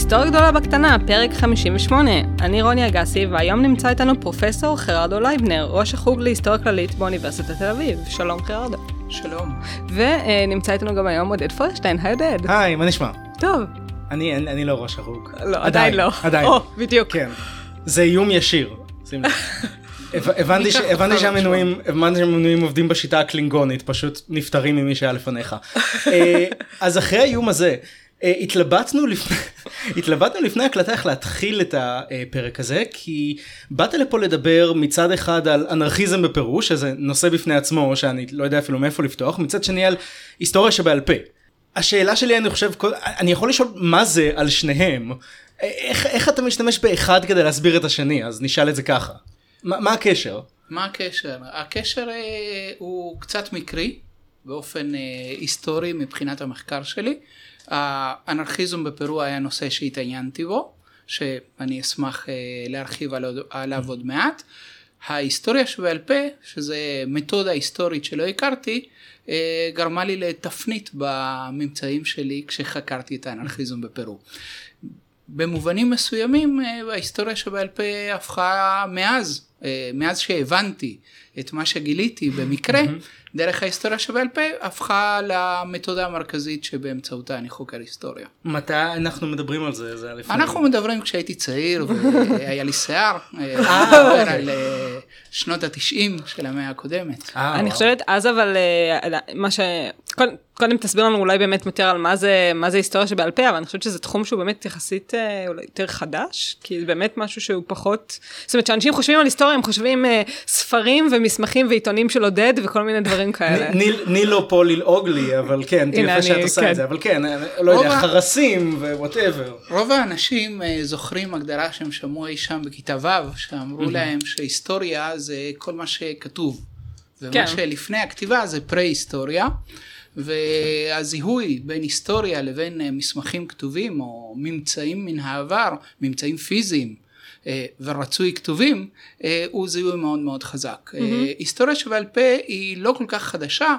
היסטוריה גדולה בקטנה, פרק 58. אני רוני אגסי, והיום נמצא איתנו פרופסור חרדו לייבנר, ראש החוג להיסטוריה כללית באוניברסיטת תל אביב. שלום חרדו. שלום. ונמצא איתנו גם היום עודד פוירשטיין. היי עודד. היי, מה נשמע? טוב. אני לא ראש החוג. לא, עדיין לא. עדיין. בדיוק. כן. זה איום ישיר. הבנתי שהמנויים עובדים בשיטה הקלינגונית, פשוט נפטרים ממי שהיה לפניך. אז אחרי האיום הזה, התלבטנו לפני הקלטה איך להתחיל את הפרק הזה, כי באת לפה לדבר מצד אחד על אנרכיזם בפירוש, שזה נושא בפני עצמו שאני לא יודע אפילו מאיפה לפתוח, מצד שני על היסטוריה שבעל פה. השאלה שלי, אני יכול לשאול מה זה על שניהם, איך אתה משתמש באחד כדי להסביר את השני, אז נשאל את זה ככה. מה הקשר? מה הקשר? הקשר הוא קצת מקרי, באופן היסטורי מבחינת המחקר שלי. האנרכיזם בפרו היה נושא שהתעניינתי בו, שאני אשמח להרחיב עליו עוד מעט. ההיסטוריה שבעל פה, שזה מתודה היסטורית שלא הכרתי, גרמה לי לתפנית בממצאים שלי כשחקרתי את האנרכיזם בפרו. במובנים מסוימים ההיסטוריה שבעל פה הפכה מאז שהבנתי את מה שגיליתי במקרה, דרך ההיסטוריה שבעל פה הפכה למתודה המרכזית שבאמצעותה אני חוקר היסטוריה. מתי אנחנו מדברים על זה? אנחנו מדברים כשהייתי צעיר והיה לי שיער, על שנות ה-90 של המאה הקודמת. אני חושבת אז אבל מה ש... קודם תסביר לנו אולי באמת יותר על מה זה היסטוריה שבעל פה, אבל אני חושבת שזה תחום שהוא באמת יחסית אולי יותר חדש, כי זה באמת משהו שהוא פחות, זאת אומרת שאנשים חושבים על היסטוריה, הם חושבים ספרים ומסמכים ועיתונים של עודד וכל מיני דברים כאלה. ני לא פה ללעוג לי, אבל כן, תראה שאת עושה את זה, אבל כן, לא יודע, חרסים ו-whatever. רוב האנשים זוכרים הגדרה שהם שמעו אי שם בכיתה ו', שאמרו להם שהיסטוריה זה כל מה שכתוב, ומה שלפני הכתיבה זה פרה-היסטוריה, והזיהוי בין היסטוריה לבין מסמכים כתובים או ממצאים מן העבר, ממצאים פיזיים ורצוי כתובים, הוא זיהוי מאוד מאוד חזק. היסטוריה שבעל פה היא לא כל כך חדשה,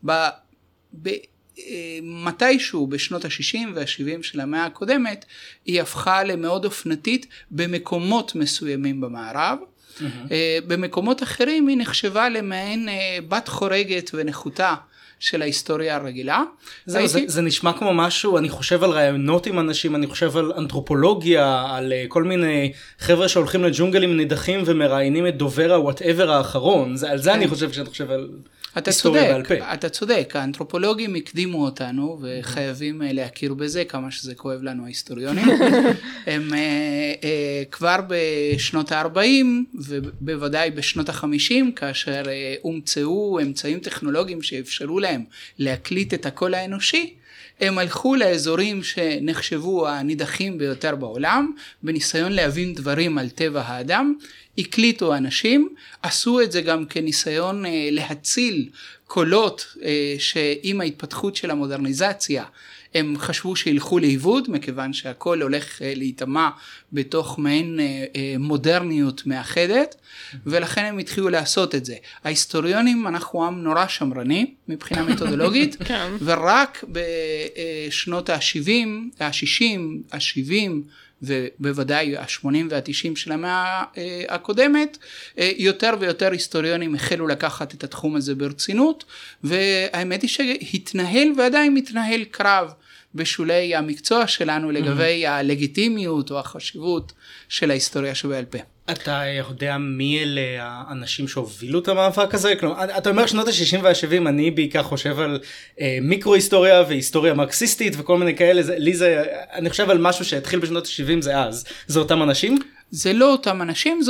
מתישהו בשנות ה-60 וה-70 של המאה הקודמת, היא הפכה למאוד אופנתית במקומות מסוימים במערב, במקומות אחרים היא נחשבה למעין בת חורגת ונחותה, של ההיסטוריה הרגילה. זה נשמע כמו משהו, אני חושב על רעיונות עם אנשים, אני חושב על אנתרופולוגיה, על כל מיני חבר'ה שהולכים לג'ונגלים נידחים ומראיינים את דובר ה-whatever האחרון, על זה אני חושב שאתה חושב על היסטוריה בעל פה. אתה צודק, האנתרופולוגים הקדימו אותנו וחייבים להכיר בזה, כמה שזה כואב לנו ההיסטוריונים. הם כבר בשנות ה-40 ובוודאי בשנות ה-50, כאשר הומצאו אמצעים טכנולוגיים שאפשרו להם להקליט את הקול האנושי, הם הלכו לאזורים שנחשבו הנידחים ביותר בעולם, בניסיון להבין דברים על טבע האדם, הקליטו אנשים, עשו את זה גם כניסיון להציל קולות שעם ההתפתחות של המודרניזציה, הם חשבו שילכו לאיבוד, מכיוון שהכל הולך להיטמע בתוך מעין מודרניות מאחדת, ולכן הם התחילו לעשות את זה. ההיסטוריונים, אנחנו עם נורא שמרני, מבחינה מתודולוגית, ורק בשנות ה-70, ה-60, ה-70, ובוודאי ה-80 וה-90 של המאה הקודמת, יותר ויותר היסטוריונים החלו לקחת את התחום הזה ברצינות, והאמת היא שהתנהל ועדיין מתנהל קרב בשולי המקצוע שלנו לגבי הלגיטימיות או החשיבות של ההיסטוריה שבעל פה. אתה יודע מי אלה האנשים שהובילו את המאבק הזה? כלומר, אתה אומר שנות ה-60 וה-70, אני בעיקר חושב על מיקרו-היסטוריה והיסטוריה מרקסיסטית וכל מיני כאלה, אני חושב על משהו שהתחיל בשנות ה-70 זה אז. זה אותם אנשים? זה לא אותם אנשים,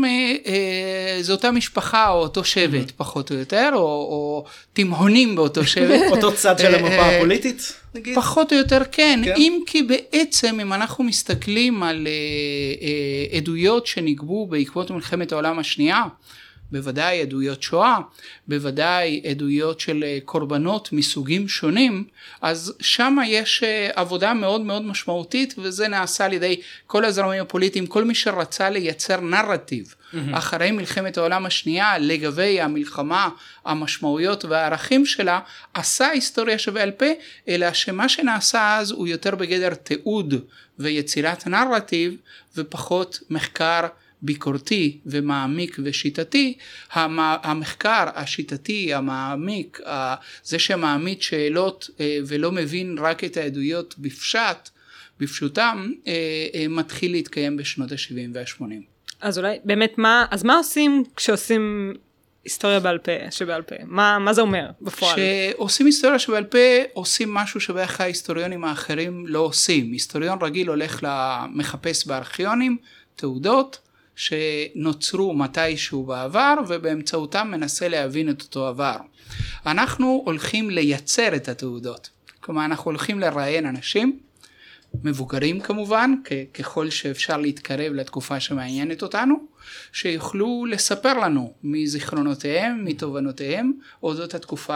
זה אותה משפחה או אותו שבט פחות או יותר, או תימהונים באותו שבט. אותו צד של המפה הפוליטית? נגיד? פחות או יותר כן, אם כי בעצם אם אנחנו מסתכלים על עדויות שנגבו בעקבות מלחמת העולם השנייה, בוודאי עדויות שואה, בוודאי עדויות של קורבנות מסוגים שונים, אז שם יש עבודה מאוד מאוד משמעותית, וזה נעשה על ידי כל הזרמים הפוליטיים, כל מי שרצה לייצר נרטיב אחרי מלחמת העולם השנייה, לגבי המלחמה, המשמעויות והערכים שלה, עשה היסטוריה שבעל פה, אלא שמה שנעשה אז הוא יותר בגדר תיעוד ויצירת נרטיב, ופחות מחקר ביקורתי ומעמיק ושיטתי. המחקר השיטתי, המעמיק, זה שמעמיד שאלות ולא מבין רק את העדויות בפשוטם, מתחיל להתקיים בשנות ה-70 וה-80. אז אולי באמת מה עושים כשעושים היסטוריה בעל פה, שבעל פה? מה זה אומר בפועל? כשעושים היסטוריה שבעל פה, עושים משהו שבערך ההיסטוריונים האחרים לא עושים. היסטוריון רגיל הולך למחפש בארכיונים, תעודות שנוצרו מתישהו בעבר, ובאמצעותם מנסה להבין את אותו עבר. אנחנו הולכים לייצר את התעודות. כלומר, אנחנו הולכים לראיין אנשים, מבוגרים כמובן, ככל שאפשר להתקרב לתקופה שמעניינת אותנו, שיוכלו לספר לנו מזיכרונותיהם, מתובנותיהם, אודות התקופה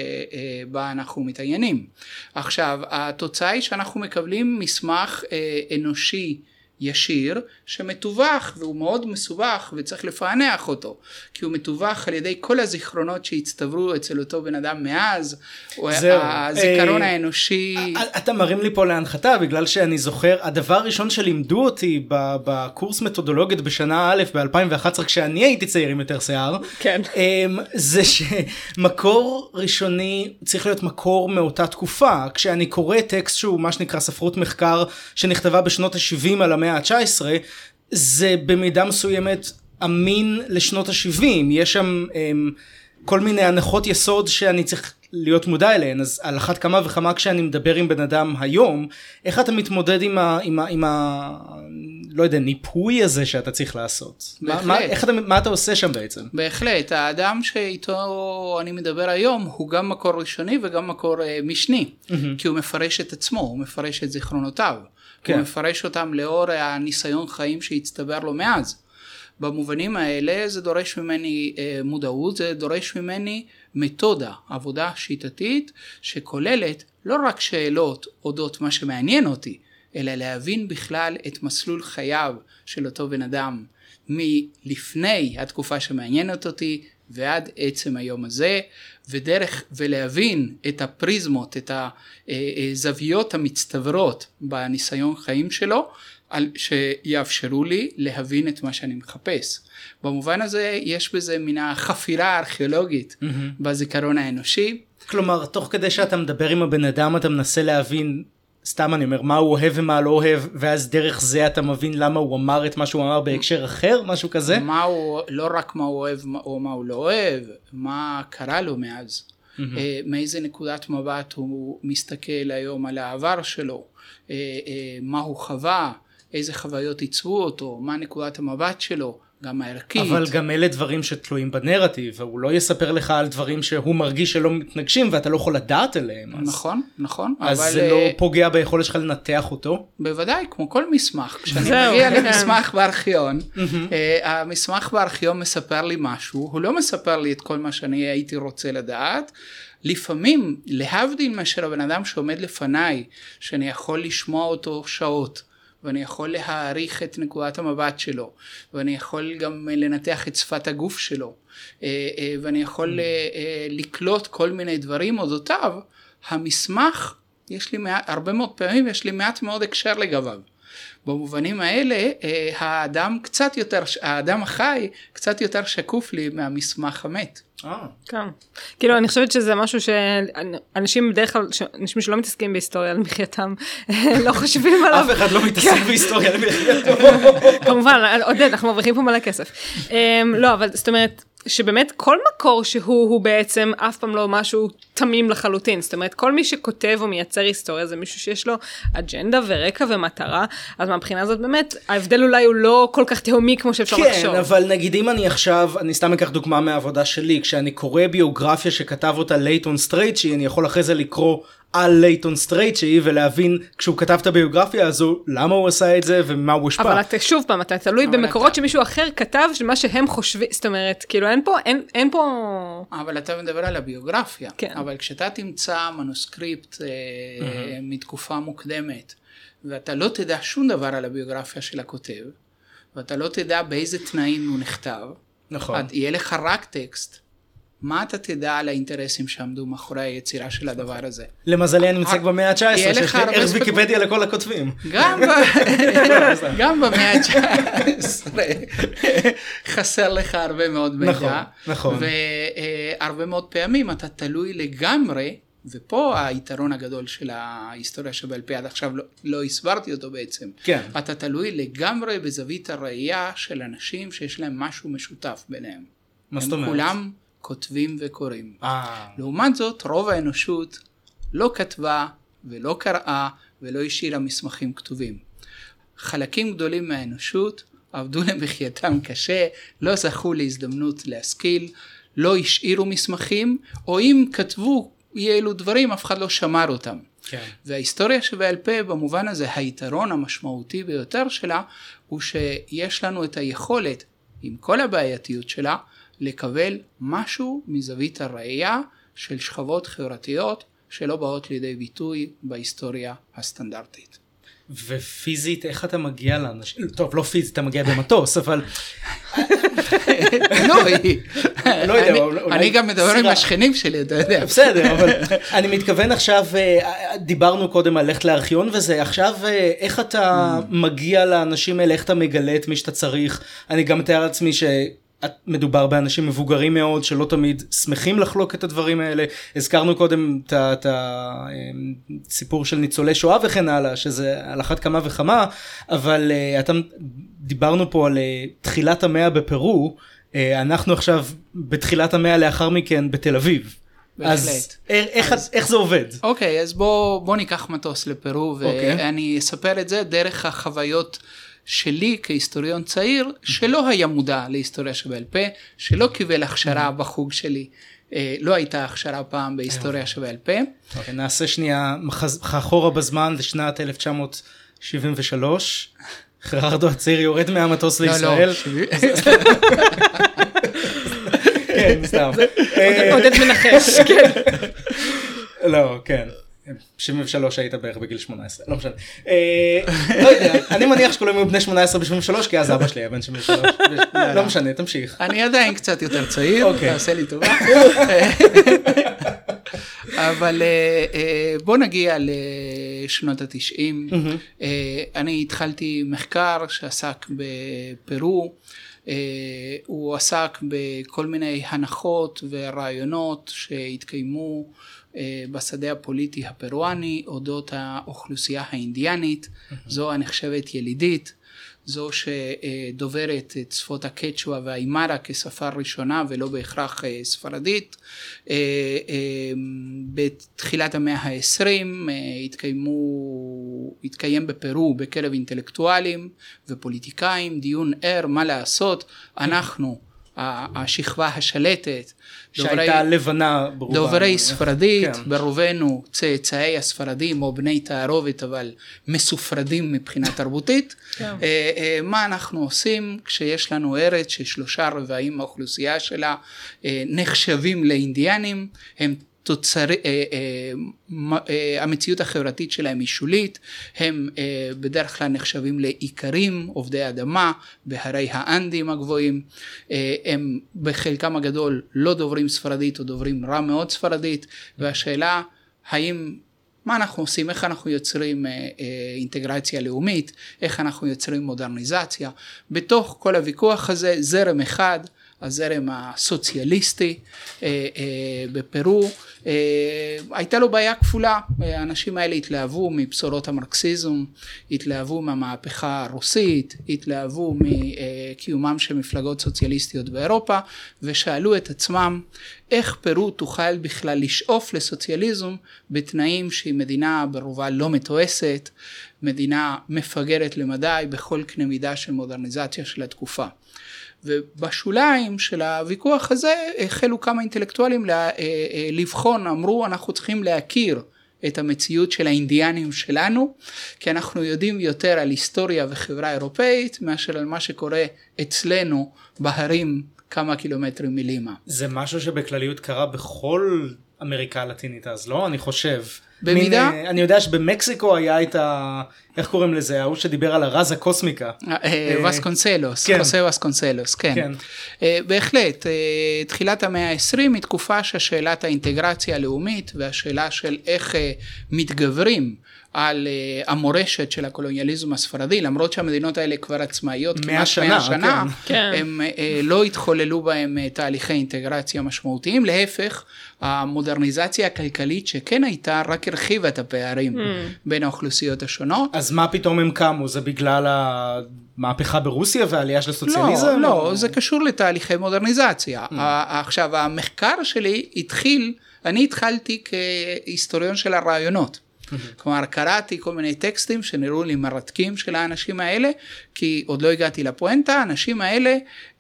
שבה אנחנו מתעניינים. עכשיו, התוצאה היא שאנחנו מקבלים מסמך אנושי ישיר, שמתווך, והוא מאוד מסובך, וצריך לפענח אותו, כי הוא מתווך על ידי כל הזיכרונות שהצטברו אצל אותו בן אדם מאז, הזיכרון האנושי. אתה מרים לי פה להנחתה, בגלל שאני זוכר, הדבר הראשון שלימדו אותי בקורס מתודולוגית בשנה א' ב-2011, כשאני הייתי צעיר עם יותר שיער, כן. זה שמקור ראשוני צריך להיות מקור מאותה תקופה. כשאני קורא טקסט שהוא מה שנקרא ספרות מחקר, שנכתבה בשנות ה-70 על המאה ה-19, זה במידה מסוימת אמין לשנות ה-70. יש שם כל מיני הנחות יסוד שאני צריך להיות מודע אליהן. אז על אחת כמה וכמה כשאני מדבר עם בן אדם היום, איך אתה מתמודד עם לא יודע, ניפוי הזה שאתה צריך לעשות? מה אתה עושה שם בעצם? בהחלט, האדם שאיתו אני מדבר היום הוא גם מקור ראשוני וגם מקור משני, כי הוא מפרש את עצמו, הוא מפרש את זיכרונותיו. הוא מפרש אותם לאור הניסיון חיים שהצטבר לו מאז. במובנים האלה זה דורש ממני מודעות, זה דורש ממני מתודה, עבודה שיטתית שכוללת לא רק שאלות אודות מה שמעניין אותי, אלא להבין בכלל את מסלול חייו של אותו בן אדם, מלפני התקופה שמעניינת אותי ועד עצם היום הזה, ולהבין את הפריזמות, את הזוויות המצטברות בניסיון חיים שלו, שיאפשרו לי להבין את מה שאני מחפש. במובן הזה יש בזה מן החפירה הארכיאולוגית בזיכרון האנושי. כלומר, תוך כדי שאתה מדבר עם הבן אדם, אתה מנסה להבין, סתם אני אומר, מה הוא אוהב ומה לא אוהב, ואז דרך זה אתה מבין למה הוא אמר את מה שהוא אמר בהקשר אחר, משהו כזה? לא רק מה הוא אוהב או מה הוא לא אוהב, מה קרה לו מאז. מאיזה נקודת מבט הוא מסתכל היום על העבר שלו, מה הוא חווה, איזה חוויות עיצבו אותו, מה נקודת המבט שלו, גם הערכית. אבל גם אלה דברים שתלויים בנרטיב, והוא לא יספר לך על דברים שהוא מרגיש שלא מתנגשים, ואתה לא יכול לדעת עליהם. נכון, נכון. אז זה לא פוגע ביכולת שלך לנתח אותו? בוודאי, כמו כל מסמך. כשאני מגיע למסמך בארכיון, המסמך בארכיון מספר לי משהו, הוא לא מספר לי את כל מה שאני הייתי רוצה לדעת, לפעמים, להבדיל מאשר הבן אדם שעומד לפניי, שאני יכול לשמוע אותו שעות, ואני יכול להעריך את נקודת המבט שלו, ואני יכול גם לנתח את שפת הגוף שלו, ואני יכול לקלוט כל מיני דברים אודותיו, המסמך, יש לי הרבה מאוד פעמים, יש לי מעט מאוד הקשר לגביו. במובנים האלה, האדם החי קצת יותר שקוף לי מהמסמך המת. כן. כאילו, אני חושבת שזה משהו שאנשים בדרך כלל, אנשים שלא מתעסקים בהיסטוריה על מחייתם, לא חושבים עליו. אף אחד לא מתעסק בהיסטוריה על מחייתם. כמובן, עודד, אנחנו מברכים פה מלא כסף. לא, אבל זאת אומרת, שבאמת כל מקור שהוא בעצם אף פעם לא משהו תמים לחלוטין, זאת אומרת, כל מי שכותב או מייצר היסטוריה, זה מישהו שיש לו אג'נדה ורקע ומטרה, אז מהבחינה הזאת באמת, ההבדל אולי הוא לא כל כך תהומי כמו שאפשר לחשוב. כן, אבל נגיד אם אני עכשיו, אני סתם אקח דוגמה מהעבודה שלי, כשאני קורא ביוגרפיה שכתב אותה לייטון סטרייטשי, אני יכול אחרי זה לקרוא על לייטון סטרייטשי ולהבין כשהוא כתב את הביוגרפיה הזו, למה הוא עשה את זה ומה הוא השפע. אבל אתה שוב פעם, אתה תלוי במקורות שמישהו אחר כתב מה שהם חושבים, זאת אומרת, כאילו אין פה... אבל אתה מדבר על הביוגרפיה, כן. אבל כשאתה תמצא מנוסקריפט מתקופה מוקדמת, ואתה לא תדע שום דבר על הביוגרפיה של הכותב, ואתה לא תדע באיזה תנאים הוא נכתב, נכון. יהיה לך רק טקסט, מה אתה תדע על האינטרסים שעמדו מאחורי היצירה של הדבר הזה? למזלי אני מצג במאה ה-19, שיש לי ערך ויקיפדיה לכל הכותבים. גם במאה ה-19 חסר לך הרבה מאוד מידע, נכון. והרבה מאוד פעמים אתה תלוי לגמרי, ופה היתרון הגדול של ההיסטוריה שבעל פה עד עכשיו לא הסברתי אותו בעצם. כן. אתה תלוי לגמרי בזווית הראייה של אנשים שיש להם משהו משותף ביניהם. מה זאת אומרת? הם כולם כותבים וקוראים. לעומת זאת, רוב האנושות לא כתבה ולא קראה ולא השאירה מסמכים כתובים. חלקים גדולים מהאנושות עבדו למחייתם קשה, לא זכו להזדמנות להשכיל, לא השאירו מסמכים, או אם כתבו אילו דברים, אף אחד לא שמר אותם. כן. וההיסטוריה שבעל פה, במובן הזה, היתרון המשמעותי ביותר שלה, הוא שיש לנו את היכולת, עם כל הבעייתיות שלה, לקבל משהו מזווית הראייה של שכבות חברתיות שלא באות לידי ביטוי בהיסטוריה הסטנדרטית. ופיזית איך אתה מגיע לאנשים? טוב, לא פיזית, אתה מגיע במטוס, אבל... לא יודע, אני גם מדבר עם השכנים שלי, אתה יודע. בסדר, אבל אני מתכוון עכשיו, דיברנו קודם על ללכת לארכיון וזה, עכשיו איך אתה מגיע לאנשים האלה, איך אתה מגלה את מי שאתה צריך? אני גם מתאר לעצמי מדובר באנשים מבוגרים מאוד שלא תמיד שמחים לחלוק את הדברים האלה. הזכרנו קודם את הסיפור של ניצולי שואה וכן הלאה, שזה על אחת כמה וכמה, אבל דיברנו פה על תחילת המאה בפרו, אנחנו עכשיו בתחילת המאה לאחר מכן בתל אביב. אז איך זה עובד? אוקיי, אז בוא ניקח מטוס לפרו, ואני אספר את זה דרך החוויות שלי כהיסטוריון צעיר, שלא היה מודע להיסטוריה שבעל פה, שלא קיבל הכשרה בחוג שלי, לא הייתה הכשרה פעם בהיסטוריה שבעל פה. נעשה שנייה אחורה בזמן לשנת 1973, חררדו הצעיר יורד מהמטוס לישראל. כן, סתם. עודד מנחש, כן. לא, כן. 73 היית בערך בגיל 18, לא משנה. לא יודע, אני מניח שכולם היו בני 18 ב-73, כי אז אבא שלי היה בן 73. לא משנה, תמשיך. אני עדיין קצת יותר צעיר, תעשה לי טובה. אבל בוא נגיע לשנות ה-90. אני התחלתי מחקר שעסק בפרו, הוא עסק בכל מיני הנחות ורעיונות שהתקיימו בשדה הפוליטי הפרואני, אודות האוכלוסייה האינדיאנית, זו הנחשבת ילידית, זו שדוברת את שפות הקצ'ואה והאימרה כשפה ראשונה ולא בהכרח ספרדית. בתחילת המאה ה-20 התקיים בפרו בקרב אינטלקטואלים ופוליטיקאים דיון ער מה לעשות, אנחנו השכבה השלטת, שהייתה לבנה ברובה. דוברי ספרדית, כן. ברובנו צאצאי הספרדים או בני תערובת, אבל מסופרדים מבחינה תרבותית. כן. מה אנחנו עושים כשיש לנו ארץ ש3/4 מהאוכלוסייה שלה נחשבים לאינדיאנים, הם המציאות החברתית שלהם היא שולית, הם בדרך כלל נחשבים לאיכרים, עובדי אדמה, בהרי האנדים הגבוהים, הם בחלקם הגדול לא דוברים ספרדית או דוברים רע מאוד ספרדית, והשאלה מה אנחנו עושים, איך אנחנו יוצרים אינטגרציה לאומית, איך אנחנו יוצרים מודרניזציה. בתוך כל הוויכוח הזה זרם אחד הזרם הסוציאליסטי בפרו, הייתה לו בעיה כפולה. האנשים האלה התלהבו מבשורות המרקסיזם, התלהבו מהמהפכה הרוסית, התלהבו מקיומם של מפלגות סוציאליסטיות באירופה, ושאלו את עצמם איך פרו תוכל בכלל לשאוף לסוציאליזם בתנאים שהיא מדינה ברובה לא מתועסת, מדינה מפגרת למדי בכל קנה מידה של מודרניזציה של התקופה. ובשוליים של הוויכוח הזה החלו כמה אינטלקטואלים לבחון, אמרו אנחנו צריכים להכיר את המציאות של האינדיאנים שלנו, כי אנחנו יודעים יותר על היסטוריה וחברה אירופאית מאשר על מה שקורה אצלנו בהרים כמה קילומטרים מלימה. זה משהו שבכלליות קרה בכל אמריקה הלטינית אז, לא? אני חושב. במידה? אני יודע שבמקסיקו היה את איך קוראים לזה? ההוא שדיבר על הרז הקוסמיקה. וסקונסלוס, חוסה וסקונסלוס, כן. בהחלט, תחילת המאה ה-20 היא תקופה ששאלת האינטגרציה הלאומית והשאלה של איך מתגברים על המורשת של הקולוניאליזם הספרדי, למרות שהמדינות האלה כבר עצמאיות כמעט 100 שנה, הם לא התחוללו בהם תהליכי אינטגרציה משמעותיים, להפך, המודרניזציה הכלכלית שכן הייתה, רק הרחיבה את הפערים בין האוכלוסיות השונות. אז מה פתאום הם קמו? זה בגלל המהפכה ברוסיה והעלייה של הסוציאליזם? לא, זה קשור לתהליכי מודרניזציה. עכשיו, המחקר שלי אני התחלתי כהיסטוריון של הרעיונות. כלומר, קראתי כל מיני טקסטים שנראו לי מרתקים של האנשים האלה, כי עוד לא הגעתי לפואנטה, האנשים האלה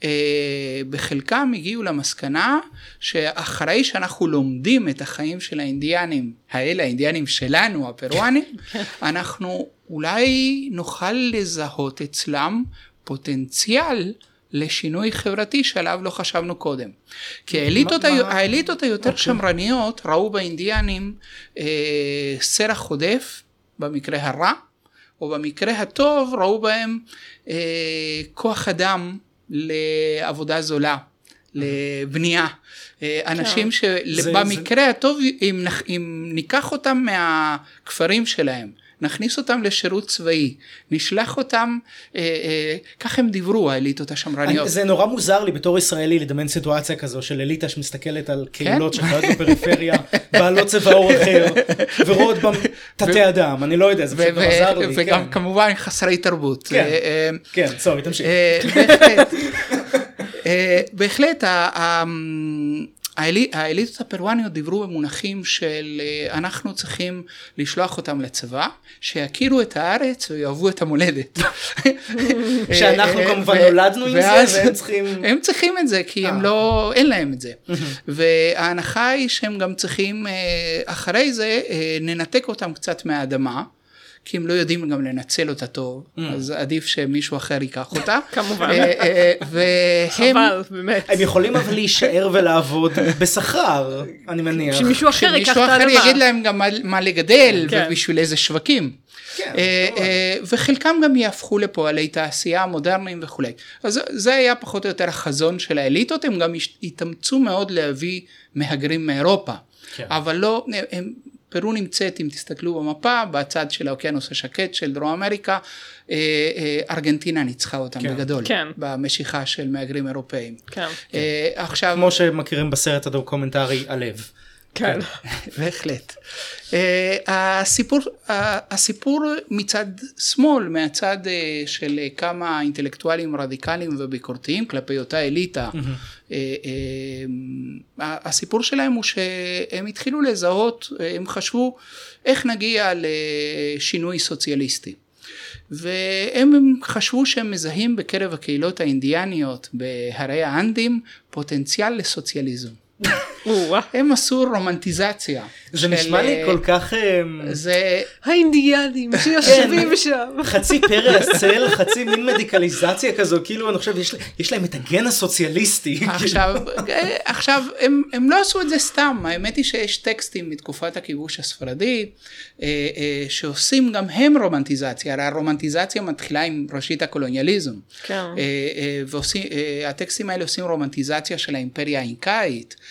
בחלקם הגיעו למסקנה, שאחרי שאנחנו לומדים את החיים של האינדיאנים האלה, האינדיאנים שלנו, הפרואנים, אנחנו אולי נוכל לזהות אצלם פוטנציאל לשינוי חברתי שעליו לא חשבנו קודם. כי האליטות היותר שמרניות ראו באינדיאנים סרח חודף, במקרה הרע, או במקרה הטוב ראו בהם כוח אדם לעבודה זולה, לבנייה. אנשים שבמקרה הטוב, אם ניקח אותם מהכפרים שלהם, נכניס אותם לשירות צבאי, נשלח אותם, כך הם דיברו, האליטות השמרניות. זה נורא מוזר לי בתור ישראלי לדמיין סיטואציה כזו של אליטה שמסתכלת על קהילות שחיות בפריפריה, בעלות צבע עור אחר, ורואות בם תתי אדם, אני לא יודע, זה פשוט מוזר לי. וגם כמובן חסרי תרבות. כן, סורי, תמשיך. בהחלט, האליטות הפרואניות דיברו במונחים של אנחנו צריכים לשלוח אותם לצבא, שיכירו את הארץ ויאהבו את המולדת. שאנחנו כמובן נולדנו עם זה, והם צריכים... הם צריכים את זה, כי אין להם את זה. וההנחה היא שהם גם צריכים, אחרי זה, ננתק אותם קצת מהאדמה, כי הם לא יודעים גם לנצל אותה טוב, אז עדיף שמישהו אחר ייקח אותה. כמובן. חבל, באמת. הם יכולים אבל להישאר ולעבוד בשכר, אני מניח. שמישהו אחר ייקח את האדמה. שמישהו אחר יגיד להם גם מה לגדל, ובשביל איזה שווקים. וחלקם גם יהפכו לפועלי תעשייה מודרניים וכו'. אז זה היה פחות או יותר החזון של האליטות, הם גם התאמצו מאוד להביא מהגרים מאירופה. אבל לא... פרו נמצאת, אם תסתכלו במפה, בצד של האוקיינוס השקט של דרום אמריקה, ארגנטינה ניצחה אותם בגדול, במשיכה של מהגרים אירופאים. עכשיו, כמו שמכירים בסרט הדוקומנטרי הלב. כן, בהחלט. הסיפור מצד שמאל, מהצד של כמה אינטלקטואלים רדיקליים וביקורתיים כלפי אותה אליטה, הסיפור שלהם הוא שהם התחילו לזהות, הם חשבו איך נגיע לשינוי סוציאליסטי. והם חשבו שהם מזהים בקרב הקהילות האינדיאניות בהרי האנדים פוטנציאל לסוציאליזם. הם עשו רומנטיזציה. זה נשמע לי כל כך... זה... האינדיאנים שיושבים שם. חצי פרא הסל, חצי מין מדיקליזציה כזו, כאילו אני חושב, יש להם את הגן הסוציאליסטי. עכשיו, הם לא עשו את זה סתם. האמת היא שיש טקסטים מתקופת הכיבוש הספרדי, שעושים גם הם רומנטיזציה. הרי הרומנטיזציה מתחילה עם ראשית הקולוניאליזם. והטקסטים האלה עושים רומנטיזציה של האימפריה האינקאית. יש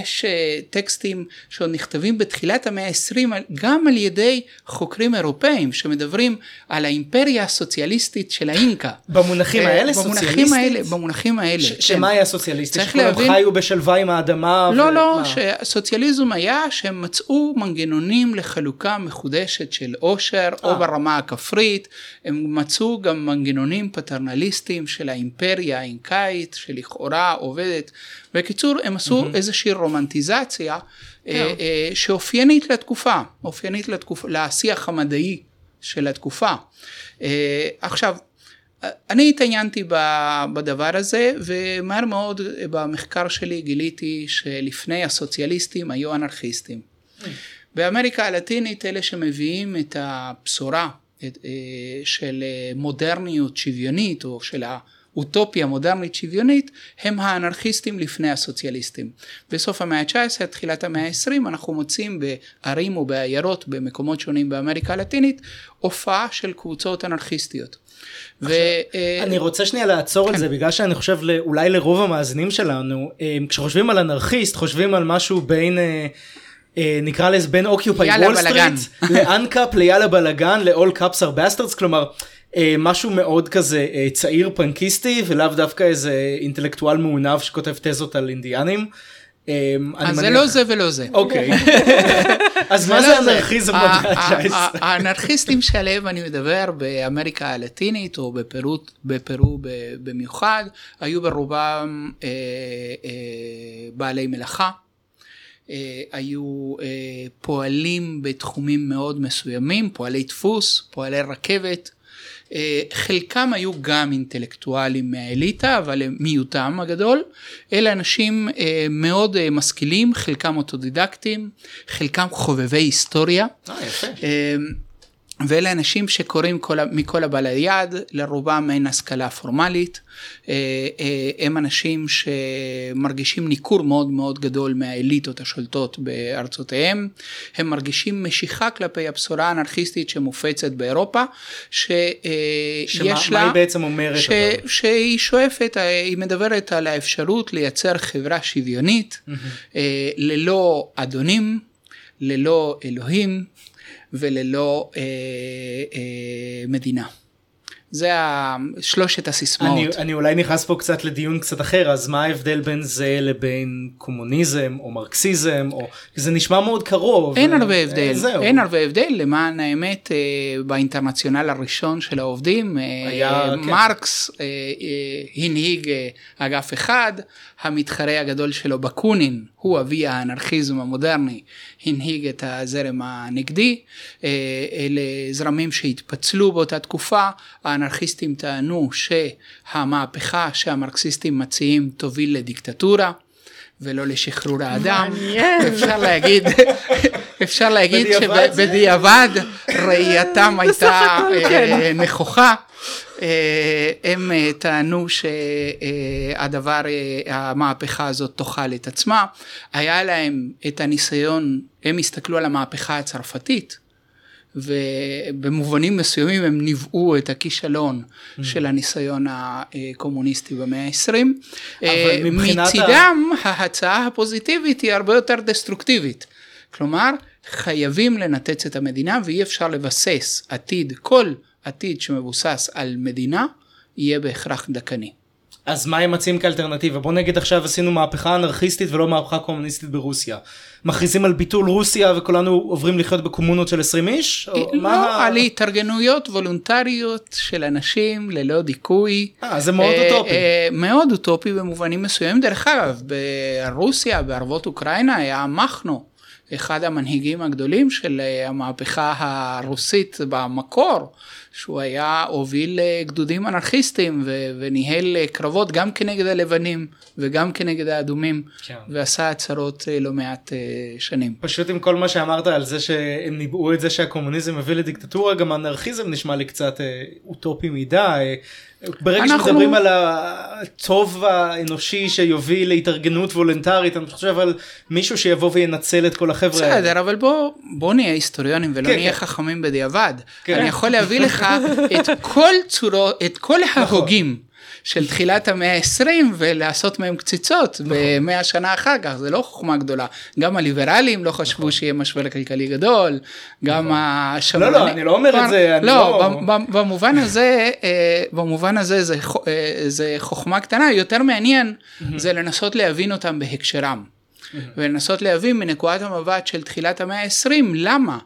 יש טקסטים שעוד נכתבים בתחילת המאה ה-20 גם על ידי חוקרים אירופאים שמדברים על האימפריה הסוציאליסטית של האינקה. במונחים האלה סוציאליסטית? במונחים האלה. שמה היה סוציאליסטית? שכולם חיו בשלווה עם האדמה? לא, שהסוציאליזם היה שהם מצאו מנגנונים לחלוקה מחודשת של עושר או ברמה הכפרית, הם מצאו גם מנגנונים פטרנליסטיים של האימפריה האינקאית שלכאורה עובדת. בקיצור, הם עשו איזושהי רומנטיזציה שאופיינית לתקופה, לשיח המדעי של התקופה. עכשיו, אני התעניינתי בדבר הזה, ומהר מאוד במחקר שלי גיליתי שלפני הסוציאליסטים היו אנרכיסטים. באמריקה הלטינית אלה שמביאים את הבשורה של מודרניות שוויונית, או של האוטופיה מודרנית שוויונית, הם האנרכיסטים לפני הסוציאליסטים. בסוף המאה ה-19, תחילת המאה ה-20, אנחנו מוצאים בערים ובעיירות במקומות שונים באמריקה הלטינית, הופעה של קבוצות אנרכיסטיות. אני רוצה שנייה לעצור על זה, בגלל שאני חושב אולי לרוב המאזינים שלנו, כשחושבים על אנרכיסט, חושבים על משהו בין, נקרא לזה בין אוקיופאי וול סטריט, לאנקאפ, ליאללה בלגן, ל-all caps are bastards, כלומר, משהו מאוד כזה צעיר פנקיסטי, ולאו דווקא איזה אינטלקטואל מעונב שכותב תזות על אינדיאנים. אז זה לא זה ולא זה. אוקיי. אז מה זה אנרכיזם במאה ה-19? האנרכיסטים שעליהם אני מדבר באמריקה הלטינית או בפרו במיוחד, היו ברובם בעלי מלאכה, היו פועלים בתחומים מאוד מסוימים, פועלי דפוס, פועלי רכבת, חלקם היו גם אינטלקטואלים מהאליטה, אבל מיעוטם הגדול, אלה אנשים מאוד משכילים, חלקם אוטודידקטים, חלקם חובבי היסטוריה, יפה. ואלה אנשים שקוראים מכל הבא ליד, לרובם אין השכלה פורמלית, הם אנשים שמרגישים ניכור מאוד מאוד גדול מהאליטות השולטות בארצותיהם, הם מרגישים משיכה כלפי הבשורה האנרכיסטית שמופצת באירופה, שיש לה, מה היא בעצם אומרת? שהיא שואפת, היא מדברת על האפשרות לייצר חברה שוויונית, ללא אדונים, ללא אלוהים, וללא מדינה. זה שלושת הסיסמאות. אני אולי נכנס פה קצת לדיון קצת אחר, אז מה ההבדל בין זה לבין קומוניזם או מרקסיזם, או זה נשמע מאוד קרוב. אין הרבה הבדל, למען האמת באינטרנציונל הראשון של העובדים, מרקס הנהיג אגף אחד, המתחרה הגדול שלו בקונין, הוא אבי האנרכיזם המודרני, הנהיג את הזרם הנגדי, אלה זרמים שהתפצלו באותה תקופה, האנרכיסטים טענו שהמהפכה שהמרקסיסטים מציעים תוביל לדיקטטורה, ולא לשחרור האדם. אפשר להגיד שבדיעבד ראייתם הייתה נכוחה, הם טענו שהדבר, המהפכה הזאת תאכל את עצמה, היה להם את הניסיון, הם הסתכלו על המהפכה הצרפתית, ובמובנים מסוימים הם ניבאו את הכישלון של הניסיון הקומוניסטי במאה ה-20. מצידם ההצעה הפוזיטיבית היא הרבה יותר דסטרוקטיבית, כלומר חייבים לנתץ את המדינה ואי אפשר לבסס עתיד, כל עתיד שמבוסס על מדינה יהיה בהכרח דקני. אז מה הם מציעים כאלטרנטיבה? בוא נגיד עכשיו עשינו מהפכה אנרכיסטית ולא מהפכה קומוניסטית ברוסיה. מכריזים על ביטול רוסיה וכולנו עוברים לחיות בקומונות של 20 איש? לא, על התארגנויות וולונטריות של אנשים ללא דיכוי. זה מאוד אוטופי. מאוד אוטופי במובנים מסוימים. דרך אגב, ברוסיה, בערבות אוקראינה, היה מחנו, אחד המנהיגים הגדולים של המהפכה הרוסית במקור, שהוא היה הוביל גדודים אנרכיסטים וניהל קרבות גם כנגד הלבנים וגם כנגד האדומים, ועשה הצהרות לא מעט שנים. פשוט עם כל מה שאמרת על זה שהם ניבאו את זה שהקומוניזם מביא לדיקטטורה, גם האנרכיזם נשמע לי קצת אוטופי מדי. ברגע שמדברים על הטוב האנושי שיוביל להתארגנות וולונטרית, אני חושב על מישהו שיבוא וינצל את כל החבר'ה. בסדר, אבל בוא נהיה היסטוריונים ולא נהיה חכמים בדיעבד. אני יכול להביא לך את כל ההוגים של תחילת המאה ה-20 ולעשות מהם קציצות ב100 שנה אחר כך, זה לא חוכמה גדולה. גם הליברלים לא חשבו שיהיה משבר כלכלי גדול, גם השמרנים. לא, אני לא אומר את זה. לא, במובן הזה זה חוכמה קטנה, יותר מעניין זה לנסות להבין אותם בהקשרם. ולנסות להבין מנקודת המבט של תחילת המאה ה-20, למה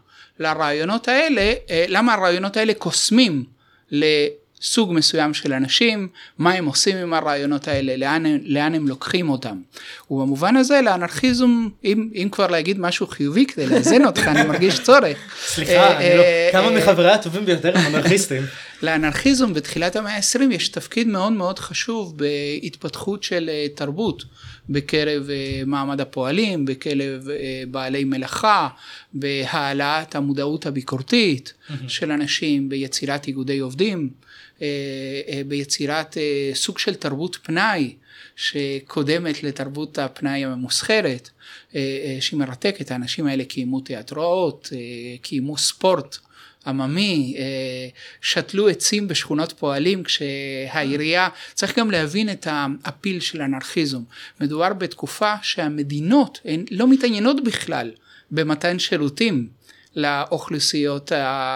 הרעיונות האלה קוסמים לסוג מסוים של אנשים, מה הם עושים עם הרעיונות האלה, לאן הם לוקחים אותם. ובמובן הזה לאנרכיזם, אם כבר להגיד משהו חיובי כדי לאזן אותך, אני מרגיש צורך. סליחה, כמה מחבריי הטובים ביותר הם אנרכיסטים. לאנרכיזם בתחילת המאה ה-20 יש תפקיד מאוד מאוד חשוב בהתפתחות של תרבות, בקרב מעמד הפועלים, בקרב בעלי מלאכה, בהעלאת המודעות הביקורתית של אנשים, ביצירת איגודי עובדים, ביצירת סוג של תרבות פנאי, שקודמת לתרבות הפנאי הממוסחרת, שמרתקת. האנשים האלה קיימו תיאטראות, קיימו ספורט עממי, שתלו עצים בשכונות פועלים, כשהעירייה, צריך גם להבין את האפיל של האנרכיזם. מדובר בתקופה שהמדינות לא מתעניינות בכלל במתן שירותים לאוכלוסיות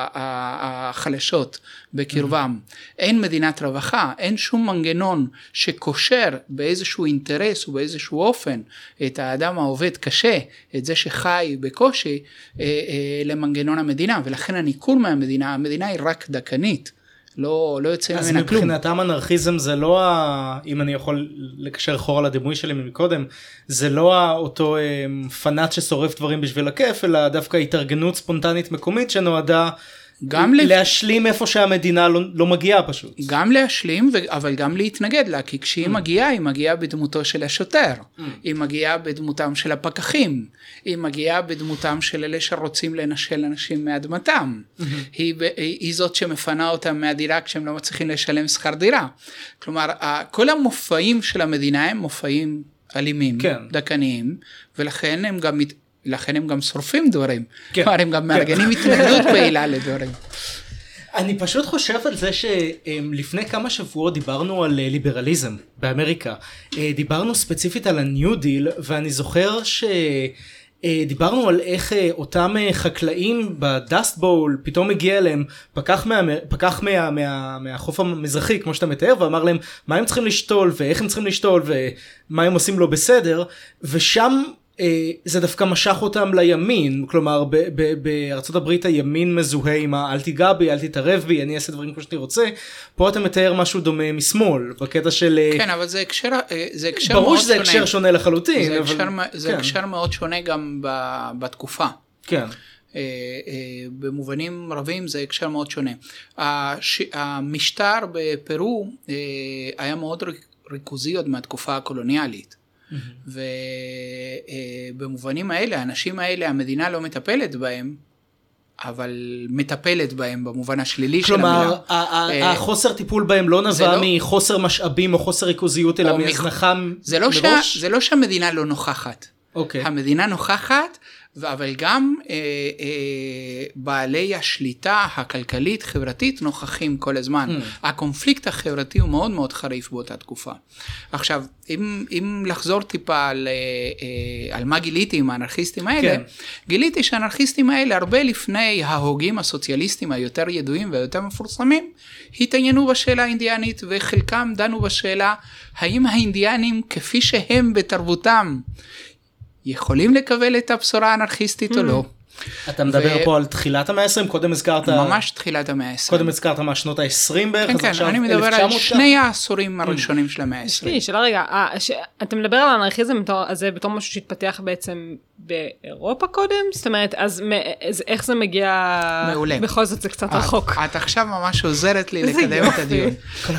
החלשות בקרבם. אין מדינת רווחה, אין שום מנגנון שקושר באיזשהו אינטרס ובאיזשהו אופן את האדם העובד קשה, את זה שחי בקושי, למנגנון המדינה, ולכן הניכור מהמדינה, המדינה היא רק דקנית. לא יוצא ממנה כלום. אז מבחינתם אנרכיזם זה לא, אם אני יכול לקשר חור על הדימוי שלי מקודם, זה לא אותו פנאט ששורף דברים בשביל הכיף, אלא דווקא התארגנות ספונטנית מקומית שנועדה להשלים איפה שהמדינה לא מגיעה פשוט. גם להשלים, אבל גם להתנגד לה, כי כשהיא מגיעה, היא מגיעה בדמותו של השוטר, היא מגיעה בדמותם של הפקחים, היא מגיעה בדמותם של אלה שרוצים לנשל אנשים מאדמתם, היא זאת שמפנה אותם מהדירה כשהם לא מצליחים לשלם שכר דירה. כלומר, כל המופעים של המדינה הם מופעים אלימים, דקניים, ולכן הם גם שורפים דברים, כלומר הם גם מארגנים התנגדות פעילה לדברים. אני פשוט חושב על זה שלפני כמה שבועות דיברנו על ליברליזם באמריקה, דיברנו ספציפית על הניו דיל, ואני זוכר דיברנו על איך אותם חקלאים בדאסט בול, פתאום הגיע אליהם פקח מהחוף המזרחי, כמו שאתה מתאר, ואמר להם מה הם צריכים לשתול, ואיך הם צריכים לשתול, ומה הם עושים לא בסדר, ושם זה דווקא משך אותם לימין, כלומר בארצות הברית הימין מזוהה עם אל תיגע בי, אל תתערב בי, אני אעשה דברים כמו שאני רוצה. פה אתה מתאר משהו דומה משמאל, בקטע של... כן, אבל זה הקשר מאוד שונה. ברור שזה הקשר שונה לחלוטין. זה הקשר מאוד שונה גם בתקופה. כן. במובנים רבים זה הקשר מאוד שונה. המשטר בפרו היה מאוד ריכוזי עוד מהתקופה הקולוניאלית. ובמובנים האלה, האנשים האלה, המדינה לא מטפלת בהם, אבל מטפלת בהם במובן השלילי של המילה. כלומר, החוסר טיפול בהם לא נבע מחוסר משאבים או חוסר ריכוזיות, אלא מהזנחה מראש? זה לא שהמדינה לא נוכחת. המדינה נוכחת, אבל גם בעלי השליטה הכלכלית חברתית נוכחים כל הזמן. הקונפליקט החברתי הוא מאוד מאוד חריף באותה תקופה. עכשיו, אם לחזור טיפה על מה גיליתי עם האנרכיסטים האלה, גיליתי שהאנרכיסטים האלה הרבה לפני ההוגים הסוציאליסטים היותר ידועים והיותר מפורסמים, התעניינו בשאלה האינדיאנית, וחלקם דנו בשאלה האם האינדיאנים כפי שהם בתרבותם יכולים לקבל את הבשורה האנרכיסטית או לא. אתה מדבר פה על תחילת המאה ה-20, קודם הזכרת... ממש תחילת המאה ה-20. קודם הזכרת מהשנות ה-20 בערך, כן, כן, אני מדבר על שני העשורים הראשונים של המאה ה-20. יש לי שאלה רגע, אתה מדבר על האנרכיזם הזה בתור משהו שהתפתח בעצם באירופה קודם? זאת אומרת, אז איך זה מגיע... מעולה. בכל זאת זה קצת רחוק. את עכשיו ממש עוזרת לי לקדם את הדיון.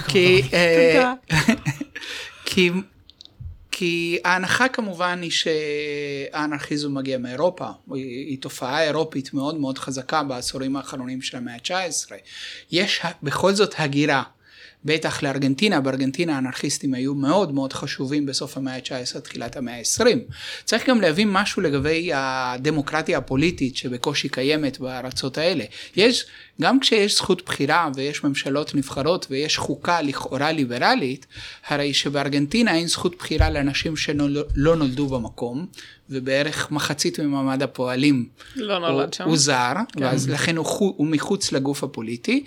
כי ההנחה כמובן היא שהאנרכיזם מגיע מאירופה, היא תופעה אירופית מאוד מאוד חזקה בעשורים האחרונים של המאה ה-19. יש בכל זאת הגירה בטח לארגנטינה, בארגנטינה האנרכיסטים היו מאוד מאוד חשובים בסוף המאה ה-19, תחילת המאה ה-20. צריך גם להבין משהו לגבי הדמוקרטיה הפוליטית שבקושי קיימת בארצות האלה. גם כשיש זכות בחירה ויש ממשלות נבחרות ויש חוקה לכאורה ליברלית, הרי שבארגנטינה אין זכות בחירה לאנשים שלא נולדו במקום, ובערך מחצית ממעמד הפועלים הוא זר, ואז לכן הוא מחוץ לגוף הפוליטי,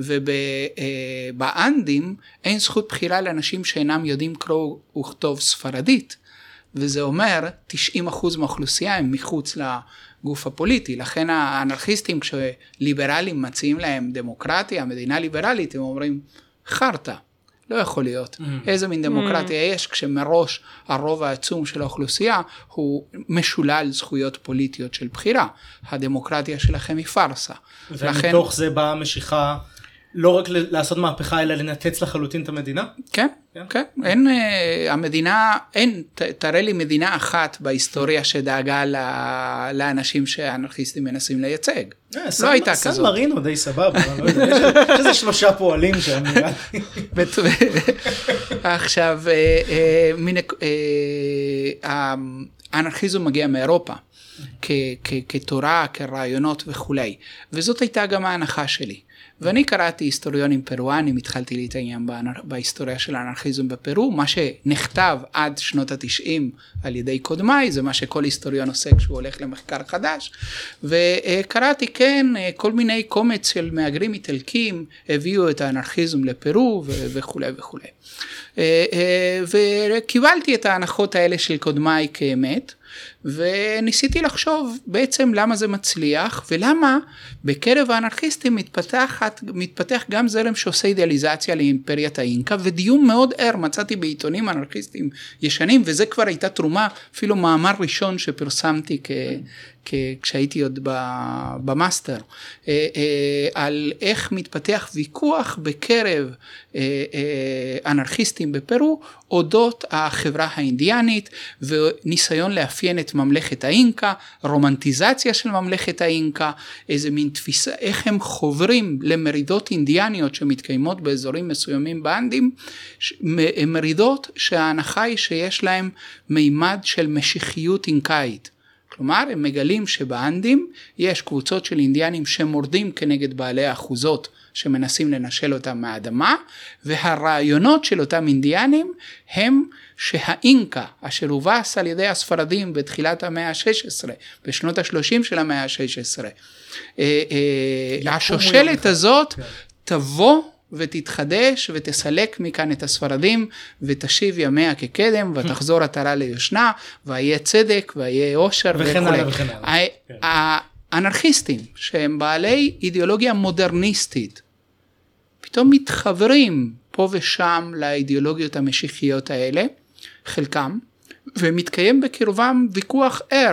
ובאנדים אין זכות בחירה לאנשים שאינם יודעים קרוא וכתוב ספרדית, וזה אומר 90% מהאוכלוסייה הם מחוץ לגוף הפוליטי, לכן האנרכיסטים כשליברלים מציעים להם דמוקרטיה, מדינה ליברלית, הם אומרים חרטה. לא יכול להיות. איזה מין דמוקרטיה יש כשמראש הרוב העצום של האוכלוסייה הוא משולל זכויות פוליטיות של בחירה. הדמוקרטיה שלכם היא פרסה. ומתוך זה באה משיכה לא רק לעשות מהפכה אלא לנתץ לחלוטין את המדינה? כן, כן. תראה לי מדינה אחת בהיסטוריה שדאגה לאנשים שהאנרכיסטים מנסים לייצג. לא הייתה כזאת. סן מרינו די סבבה, יש איזה 3 פועלים שם. עכשיו, האנרכיזם מגיע מאירופה, כתורה, כרעיונות וכולי. וזאת הייתה גם ההנחה שלי. ואני קראתי היסטוריונים פרואנים, התחלתי להתעניין בהיסטוריה של האנרכיזם בפרו, מה שנכתב עד שנות ה-90 על ידי קודמיי, זה מה שכל היסטוריון עושה כשהוא הולך למחקר חדש, וקראתי כן, כל מיני קומץ של מהגרים איטלקים, הביאו את האנרכיזם לפרו וכו' וכו'. וקיבלתי את ההנחות האלה של קודמיי כאמת, וניסיתי לחשוב בעצם למה זה מצליח, ולמה בקרב האנרכיסטים מתפתח גם זרם שעושה אידיאליזציה לאימפריית האינקה, ודיון מאוד ער מצאתי בעיתונים אנרכיסטים ישנים, וזה כבר הייתה תרומה, אפילו מאמר ראשון שפרסמתי כשהייתי עוד במאסטר, על איך מתפתח ויכוח בקרב אנרכיסטים בפרו, אודות החברה האינדיאנית, וניסיון לאפיין את ממלכת האינקה, רומנטיזציה של ממלכת האינקה, איזה מין תפיסה, איך הם חוברים למרידות אינדיאניות שמתקיימות באזורים מסוימים באנדים, מרידות שההנחה היא שיש להם מימד של משיחיות אינקאית. כלומר, הם מגלים שבאנדים יש קבוצות של אינדיאנים שמורדים כנגד בעלי האחוזות שמנסים לנשל אותם מהאדמה, והרעיונות של אותם אינדיאנים הם שהאינקה, אשר הובס על ידי הספרדים בתחילת המאה ה-16, בשנות ה-30 של המאה ה-16, השושלת הזאת תבוא ותתחדש ותסלק מכאן את הספרדים ותשיב ימיה כקדם ותחזור עטרה ליושנה ויהיה צדק ויהיה עושר וכן הלאה וכן הלאה. האנרכיסטים שהם בעלי אידיאולוגיה מודרניסטית פתאום מתחברים פה ושם לאידיאולוגיות המשיחיות האלה, חלקם, ומתקיים בקרבם ויכוח ער,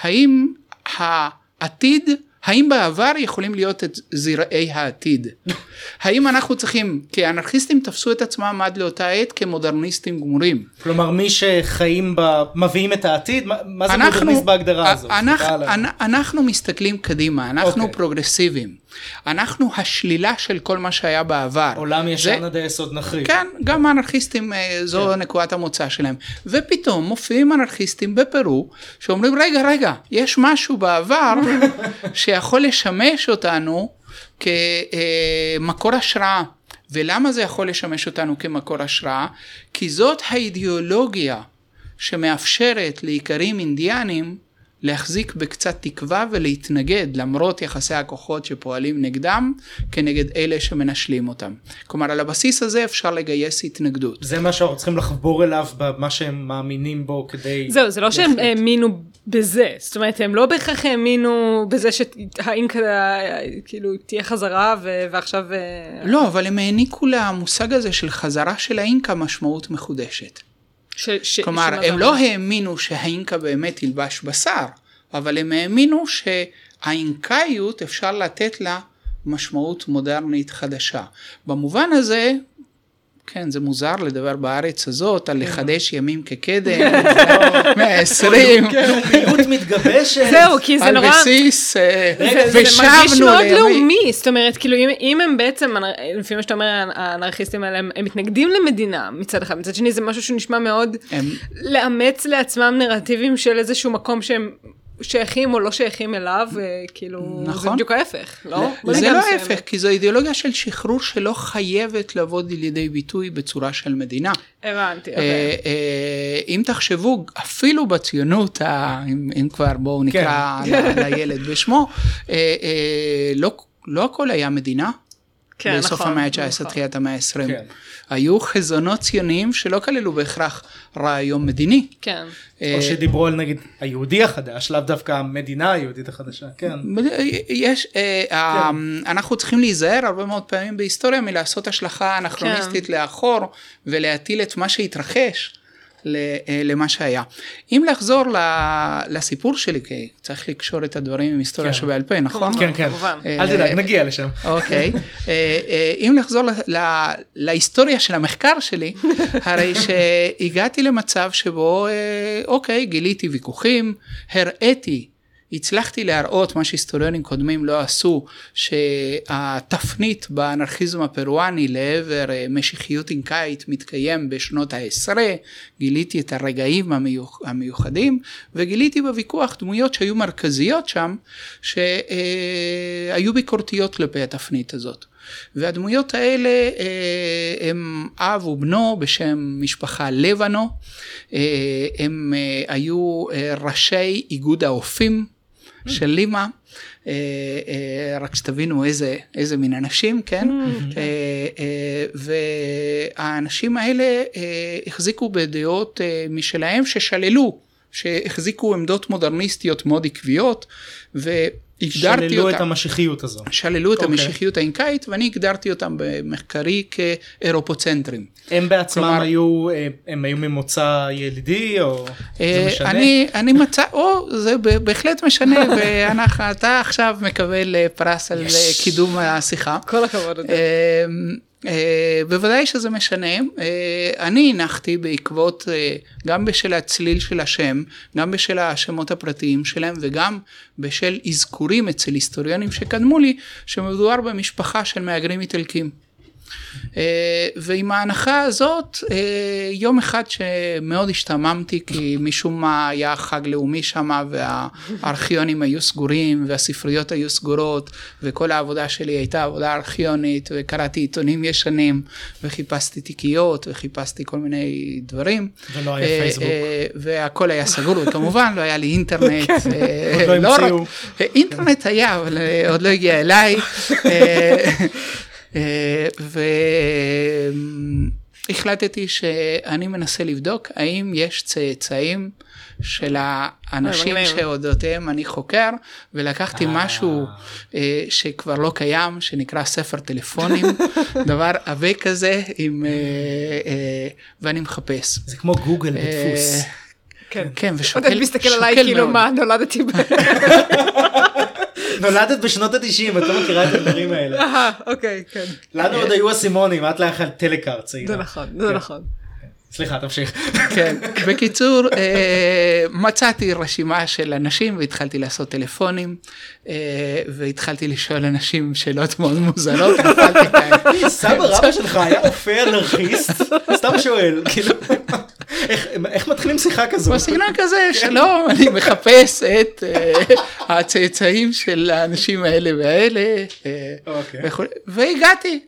האם בעבר יכולים להיות את זרעי העתיד? האם אנחנו צריכים, כי האנרכיסטים תפסו את עצמם עד לאותה עת כמודרניסטים גמורים. כלומר, מי שחיים מביאים את העתיד, מה זה מודרניסט בהגדרה הזאת? אנחנו מסתכלים קדימה, אנחנו פרוגרסיביים. אנחנו השלילה של כל מה שהיה בעבר. עולם ישן עד היסוד נחריב. כן, גם האנרכיסטים, זו נקודת המוצא שלהם. ופתאום מופיעים אנרכיסטים בפרו, שאומרים, רגע, יש משהו בעבר שיכול לשמש אותנו כמקור השראה. ולמה זה יכול לשמש אותנו כמקור השראה? כי זאת האידיאולוגיה שמאפשרת לעיקרים אינדיאנים להחזיק בקצת תקווה ולהתנגד למרות יחסי הכוחות שפועלים נגדם כנגד אלה שמנשלים אותם. כלומר, על הבסיס הזה אפשר לגייס התנגדות. זה מה שאנחנו צריכים לחבור אליו במה שהם מאמינים בו כדי... זהו, זה לא שהם האמינו בזה. זאת אומרת, הם לא בהכרח האמינו בזה שהאינקה כאילו תהיה חזרה ועכשיו... לא, אבל הם העניקו למושג הזה של חזרה של האינקה משמעות מחודשת. כלומר, הם לא האמינו שהאינקה באמת ילבש בשר, אבל הם האמינו שהאינקאיות אפשר לתת לה משמעות מודרנית חדשה. במובן הזה, כן, זה מוזר לדבר בארץ הזאת, על לחדש ימים כקדם, 120. לאומיות מתגבשת. זהו, כי זה נורא... על בסיס, זה מרגיש מאוד לאומי, זאת אומרת, כאילו, אם הם בעצם, לפי מה שאתה אומר, האנרכיסטים האלה, הם מתנגדים למדינה מצד אחד, מצד שני זה משהו שנשמע מאוד לאמץ לעצמם נרטיבים של איזשהו מקום שהם שייכים או לא שייכים אליו, כאילו, זה בדיוק ההפך, לא? זה לא ההפך, כי זו אידיאולוגיה של שחרור שלא חייבת לבוא לידי ביטוי בצורה של מדינה. הבנתי, אם תחשבו, אפילו בציונות, אם כבר בואו נקרא לילד בשמו, לא הכל היה מדינה. בסוף המאה ה-19, תחילת המאה ה-20. היו חזונות ציוניים שלא כללו בהכרח רעיון מדיני. כן. או שדיברו על נגיד היהודי החדש, לאו דווקא המדינה היהודית החדשה, כן. אנחנו צריכים להיזהר הרבה מאוד פעמים בהיסטוריה מלעשות השלכה אנכרוניסטית לאחור, ולהטיל את מה שהתרחש למה שהיה. אם לחזור לסיפור שלי, כי צריך לקשור את הדברים עם היסטוריה שבעל פה, נכון? כן, כן. אל תדאג, נגיע לשם. אוקיי. אם לחזור להיסטוריה של המחקר שלי, הרי שהגעתי למצב שבו, אוקיי, גיליתי ויכוחים, הראיתי, הצלחתי להראות מה שהיסטוריונים קודמים לא עשו, שהתפנית באנרכיזם הפרואני לעבר משיחיות אינקאית מתקיים בשנות ה-10, גיליתי את הרגעים המיוחדים, וגיליתי בוויכוח דמויות שהיו מרכזיות שם, שהיו ביקורתיות כלפי התפנית הזאת. והדמויות האלה הם אב ובנו בשם משפחה לבנו, הם היו ראשי איגוד האופים של לימה, רק שתבינו איזה מין אנשים, כן? והאנשים האלה החזיקו בדעות משלהם ששללו, שהחזיקו עמדות מודרניסטיות מאוד עקביות, שללו את המשיחיות הזו. שללו את המשיחיות האינקאית, ואני הגדרתי אותם במחקרי כאירופוצנטרים. הם בעצמם היו ממוצא ילידי, או זה משנה? אני מצא, זה בהחלט משנה, ואתה עכשיו מקבל פרס על קידום השיחה. כל הכבוד. בוודאי שזה משנה, אני הנחתי בעקבות גם בשל הצליל של השם, גם בשל השמות הפרטיים שלהם וגם בשל אזכורים אצל היסטוריונים שקדמו לי, שמדובר במשפחה של מהגרים איטלקים. ועם ההנחה הזאת, יום אחד שמאוד השתממתי, כי משום מה היה חג לאומי שם, והארכיונים היו סגורים, והספריות היו סגורות, וכל העבודה שלי הייתה עבודה ארכיונית, וקראתי עיתונים ישנים, וחיפשתי תיקיות, וחיפשתי כל מיני דברים. ולא היה פייסבוק. והכל היה סגור, וכמובן לא היה לי אינטרנט. עוד לא המציאו. אינטרנט היה, אבל עוד לא הגיע אליי. והחלטתי שאני מנסה לבדוק האם יש צאצאים של האנשים שאודותיהם אני חוקר, ולקחתי משהו שכבר לא קיים, שנקרא ספר טלפונים, דבר עבה כזה, ואני מחפש. זה כמו גוגל בדפוס. כן, ושוקל מאוד. אתה מסתכל עליי כאילו מה, נולדתי נולדת בשנות ה-90, את לא מכירה את הדברים האלה. אוקיי, כן. לנו עוד היו הסימונים, את לאחל טלקארט צעירה. זה נכון, זה נכון. סליחה, תמשיך. כן, בקיצור, מצאתי רשימה של אנשים והתחלתי לעשות טלפונים, והתחלתי לשאול אנשים שאלות מאוד מוזרות, נפלתי כאן. סבא רבא שלך היה אופה אנרכיסט? סתם שואל, כאילו, איך מתחילים שיחה כזו? בסגנון כזה, שלום, אני מחפש את הצאצאים של האנשים האלה והאלה, והגעתי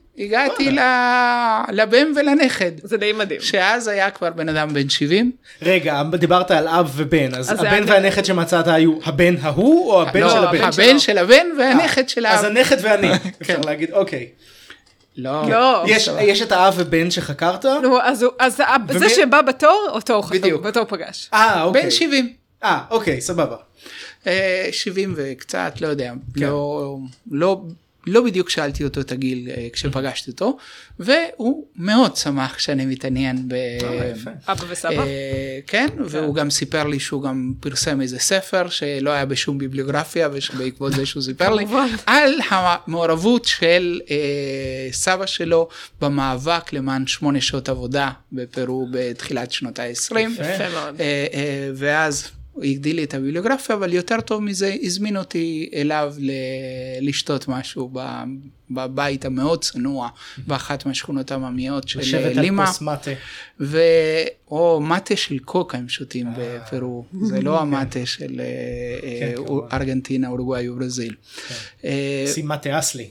לבן ולנכד. זה די מדהים. שאז היה כבר בן אדם בן 70. רגע, דיברת על אב ובן, אז הבן והנכד שמצאת היו הבן ההוא או הבן של הבן? הבן של הבן והנכד של האב. אז הנכד ואני, אפשר להגיד, אוקיי. לא. יש את האב ובן שחקרת? אז זה שבא בתור, אותו פגש. אוקיי. בן 70. אוקיי, סבבה. 70 וקצת, לא יודע. לא לא בדיוק שאלתי אותו את הגיל כשפגשתי אותו, והוא מאוד שמח שאני מתעניין אבא וסבא. כן, והוא גם סיפר לי שהוא גם פרסם איזה ספר שלא היה בשום ביבליוגרפיה, ושבעקבות זה שהוא סיפר לי, על המעורבות של סבא שלו במאבק למען 8 שעות עבודה בפרו בתחילת שנות ה-20. יפה מאוד. ואז הוא הגדיל לי את הביבליוגרפיה, אבל יותר טוב מזה, הזמין אותי אליו לשתות משהו בבית המאוד צנוע, באחת מהשכונות העממיות של לימה. לשבת על כוס מטה. או מטה של קוקה הם שותים בפרו, זה לא המטה של ארגנטינה, אורוגוואי וברזיל. שים מטה אסלי.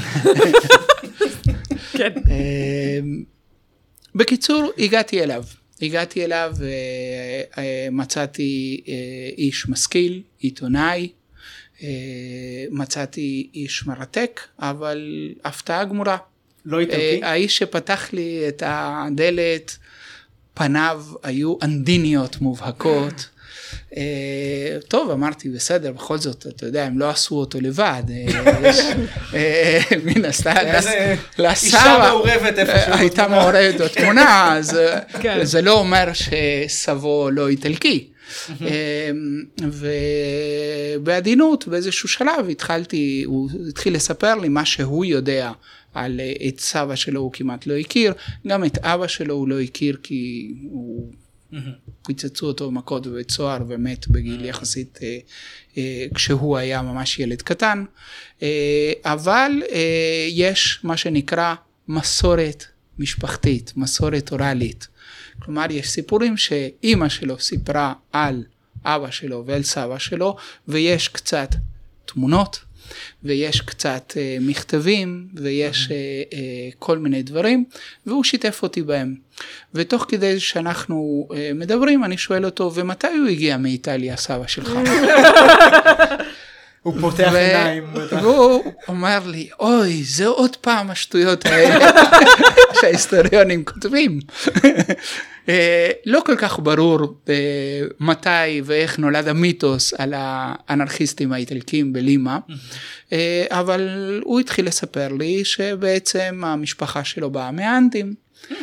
כן. בקיצור, הגעתי אליו ומצאתי איש משכיל, עיתונאי, מצאתי איש מרתק, אבל הפתעה גמורה. לא איטלקי? האיש שפתח לי את הדלת, פניו היו אנדיניות מובהקות. טוב, אמרתי, בסדר, בכל זאת, אתה יודע, הם לא עשו אותו לבד. מן הסתם, אישה מעורבת איפשהו. הייתה מעורבת בתמונה, אז זה לא אומר שסבו לא איטלקי. ובעדינות, באיזשהו שלב, הוא התחיל לספר לי מה שהוא יודע על את סבא שלו, הוא כמעט לא הכיר, גם את אבא שלו הוא לא הכיר, כי הוא פיצצו אותו במכות בבית סוהר ומת בגיל יחסית כשהוא היה ממש ילד קטן, אבל יש מה שנקרא מסורת משפחתית, מסורת אורלית. כלומר, יש סיפורים שאימא שלו סיפרה על אבא שלו ועל סבא שלו, ויש קצת תמונות, ויש קצת מכתבים, ויש כל מיני דברים, והוא שיתף אותי בהם. ותוך כדי שאנחנו מדברים, אני שואל אותו, ומתי הוא הגיע מאיטליה, סבא שלך? הוא פותח עיניים. והוא אומר לי, אוי, זה עוד פעם השטויות האלה שההיסטוריונים כותבים. לא כל כך ברור מתי ואיך נולד המיתוס על האנרכיסטים האיטלקים בלימה, אבל הוא התחיל לספר לי שבעצם המשפחה שלו באה מהאנדים,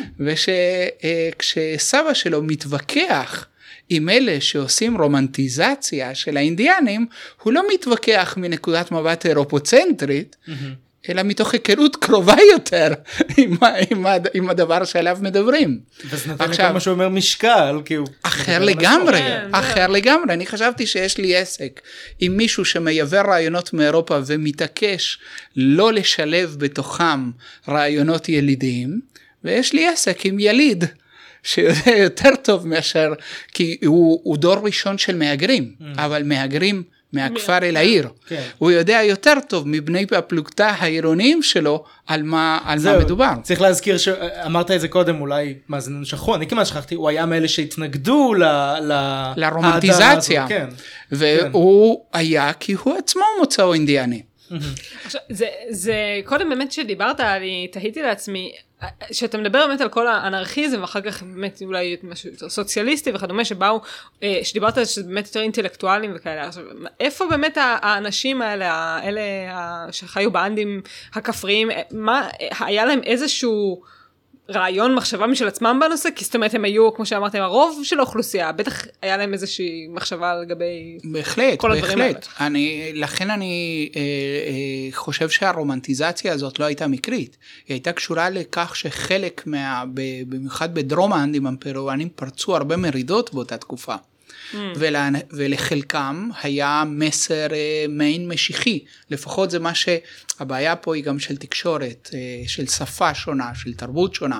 ושכשסבא שלו מתווכח עם אלה שעושים רומנטיזציה של האינדיאנים, הוא לא מתווכח מנקודת מבט אירופוצנטרית, אלא מתוך היכרות קרובה יותר עם הדבר שעליו מדברים. וזה נתן לי כל מה שאומר משקל, כי הוא... אחר לגמרי. אני חשבתי שיש לי עסק עם מישהו שמייבא רעיונות מאירופה ומתעקש לא לשלב בתוכם רעיונות ילידיים, ויש לי עסק עם יליד שיודע יותר טוב מאשר, כי הוא דור ראשון של מהגרים, אבל מהגרים מהכפר אל העיר. הוא יודע יותר טוב מבני הפלוגתא העירוניים שלו על מה מדובר. צריך להזכיר שאמרת את זה קודם, אולי מאזיננו שכחו, אני כמעט שכחתי, הוא היה מאלה שהתנגדו לרומנטיזציה. והוא היה כי הוא עצמו מוצאו אינדיאני. עכשיו, זה קודם באמת שדיברת, אני תהיתי לעצמי, שאתה מדבר באמת על כל האנרכיזם, ואחר כך באמת אולי משהו יותר סוציאליסטי וכדומה, שדיברת על שזה באמת יותר אינטלקטואלים וכאלה, עכשיו, איפה באמת האנשים האלה שחיו באנדים הכפריים, היה להם איזשהו רעיון, מחשבה משל עצמם בנושא? כי זאת אומרת, הם היו, כמו שאמרתם, הרוב של האוכלוסייה, בטח היה להם איזושהי מחשבה לגבי כל הדברים האלה. לכן אני חושב שהרומנטיזציה הזאת לא הייתה מקרית. היא הייתה קשורה לכך שחלק, במיוחד בדרום האנדים הפרואנים, פרצו הרבה מרידות באותה תקופה. ולחלקם היה מסר מעין משיחי, לפחות זה מה שהבעיה פה היא גם של תקשורת, של שפה שונה, של תרבות שונה,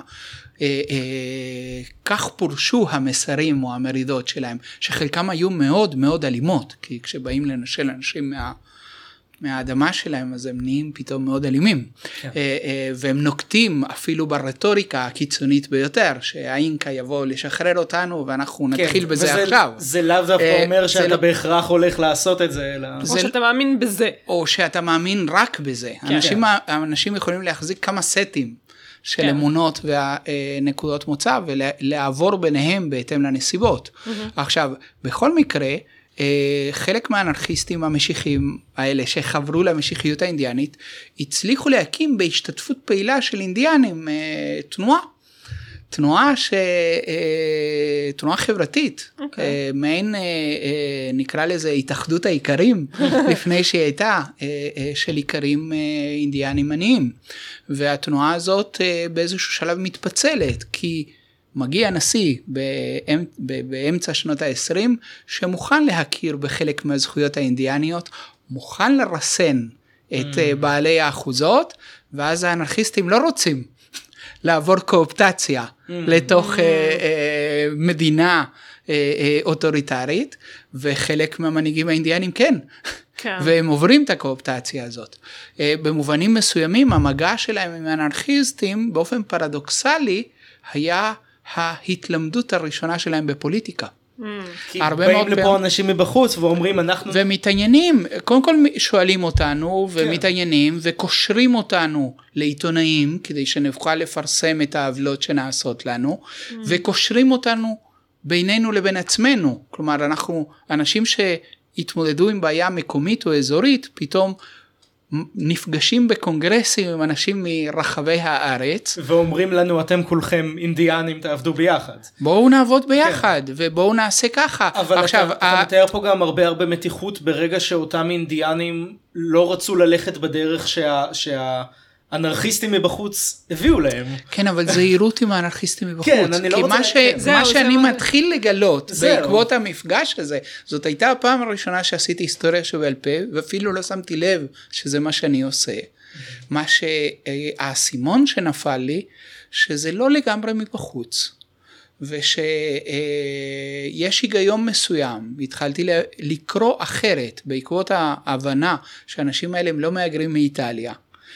כך פורשו המסרים או המרידות שלהם, שחלקם היו מאוד מאוד אלימות, כי כשבאים לנשל אנשים מהאדמה שלהם, אז הם נהיים פתאום מאוד אלימים. והם נוקטים אפילו ברטוריקה הקיצונית ביותר, שהאינקה יבוא לשחרר אותנו, ואנחנו נתחיל בזה עכשיו. זה לאו דווקא אומר שאתה בהכרח הולך לעשות את זה. או שאתה מאמין בזה. או שאתה מאמין רק בזה. אנשים יכולים להחזיק כמה סטים של אמונות והנקודות מוצא, ולעבור ביניהם בהתאם לנסיבות. עכשיו, בכל מקרה, חלק מהאנרכיסטים המשיחיים האלה שחברו למשיחיות האינדיאנית, הצליחו להקים בהשתתפות פעילה של אינדיאנים תנועה חברתית, מעין נקרא לזה התאחדות האיכרים, לפני שהיא הייתה של איכרים אינדיאנים עניים, והתנועה הזאת באיזשהו שלב מתפצלת, כי מגיע נשיא באמצע שנות ה-20, שמוכן להכיר בחלק מהזכויות האינדיאניות, מוכן לרסן את בעלי האחוזות, ואז האנרכיסטים לא רוצים לעבור קואופטציה לתוך מדינה אוטוריטרית, וחלק מהמנהיגים האינדיאנים כן, והם עוברים את הקואופטציה הזאת. במובנים מסוימים, המגע שלהם עם האנרכיסטים, באופן פרדוקסלי, היה ההתלמדות הראשונה שלהם בפוליטיקה. כי באים לפה אנשים מבחוץ ואומרים אנחנו... ומתעניינים, קודם כל שואלים אותנו ומתעניינים וקושרים אותנו לעיתונאים כדי שנוכל לפרסם את העוולות שנעשות לנו, וקושרים אותנו בינינו לבין עצמנו. כלומר, אנחנו אנשים שהתמודדו עם בעיה מקומית או אזורית, פתאום נפגשים בקונגרסים עם אנשים מרחבי הארץ. ואומרים לנו, אתם כולכם אינדיאנים, תעבדו ביחד. בואו נעבוד ביחד, ובואו נעשה ככה. אבל עכשיו, אתה מתאר פה גם הרבה מתיחות, ברגע שאותם אינדיאנים לא רצו ללכת בדרך שהאנרכיסטים מבחוץ הביאו להם. כן, אבל זהירות עם האנרכיסטים מבחוץ. כן, אני לא רוצה... כי מה שאני מתחיל לגלות בעקבות המפגש הזה, זאת הייתה הפעם הראשונה שעשיתי היסטוריה שבעל פה, ואפילו לא שמתי לב שזה מה שאני עושה. מה שהאסימון שנפל לי, שזה לא לגמרי מבחוץ. ושיש היגיון מסוים, התחלתי לקרוא אחרת, בעקבות ההבנה שהאנשים האלה הם לא מהגרים מאיטליה,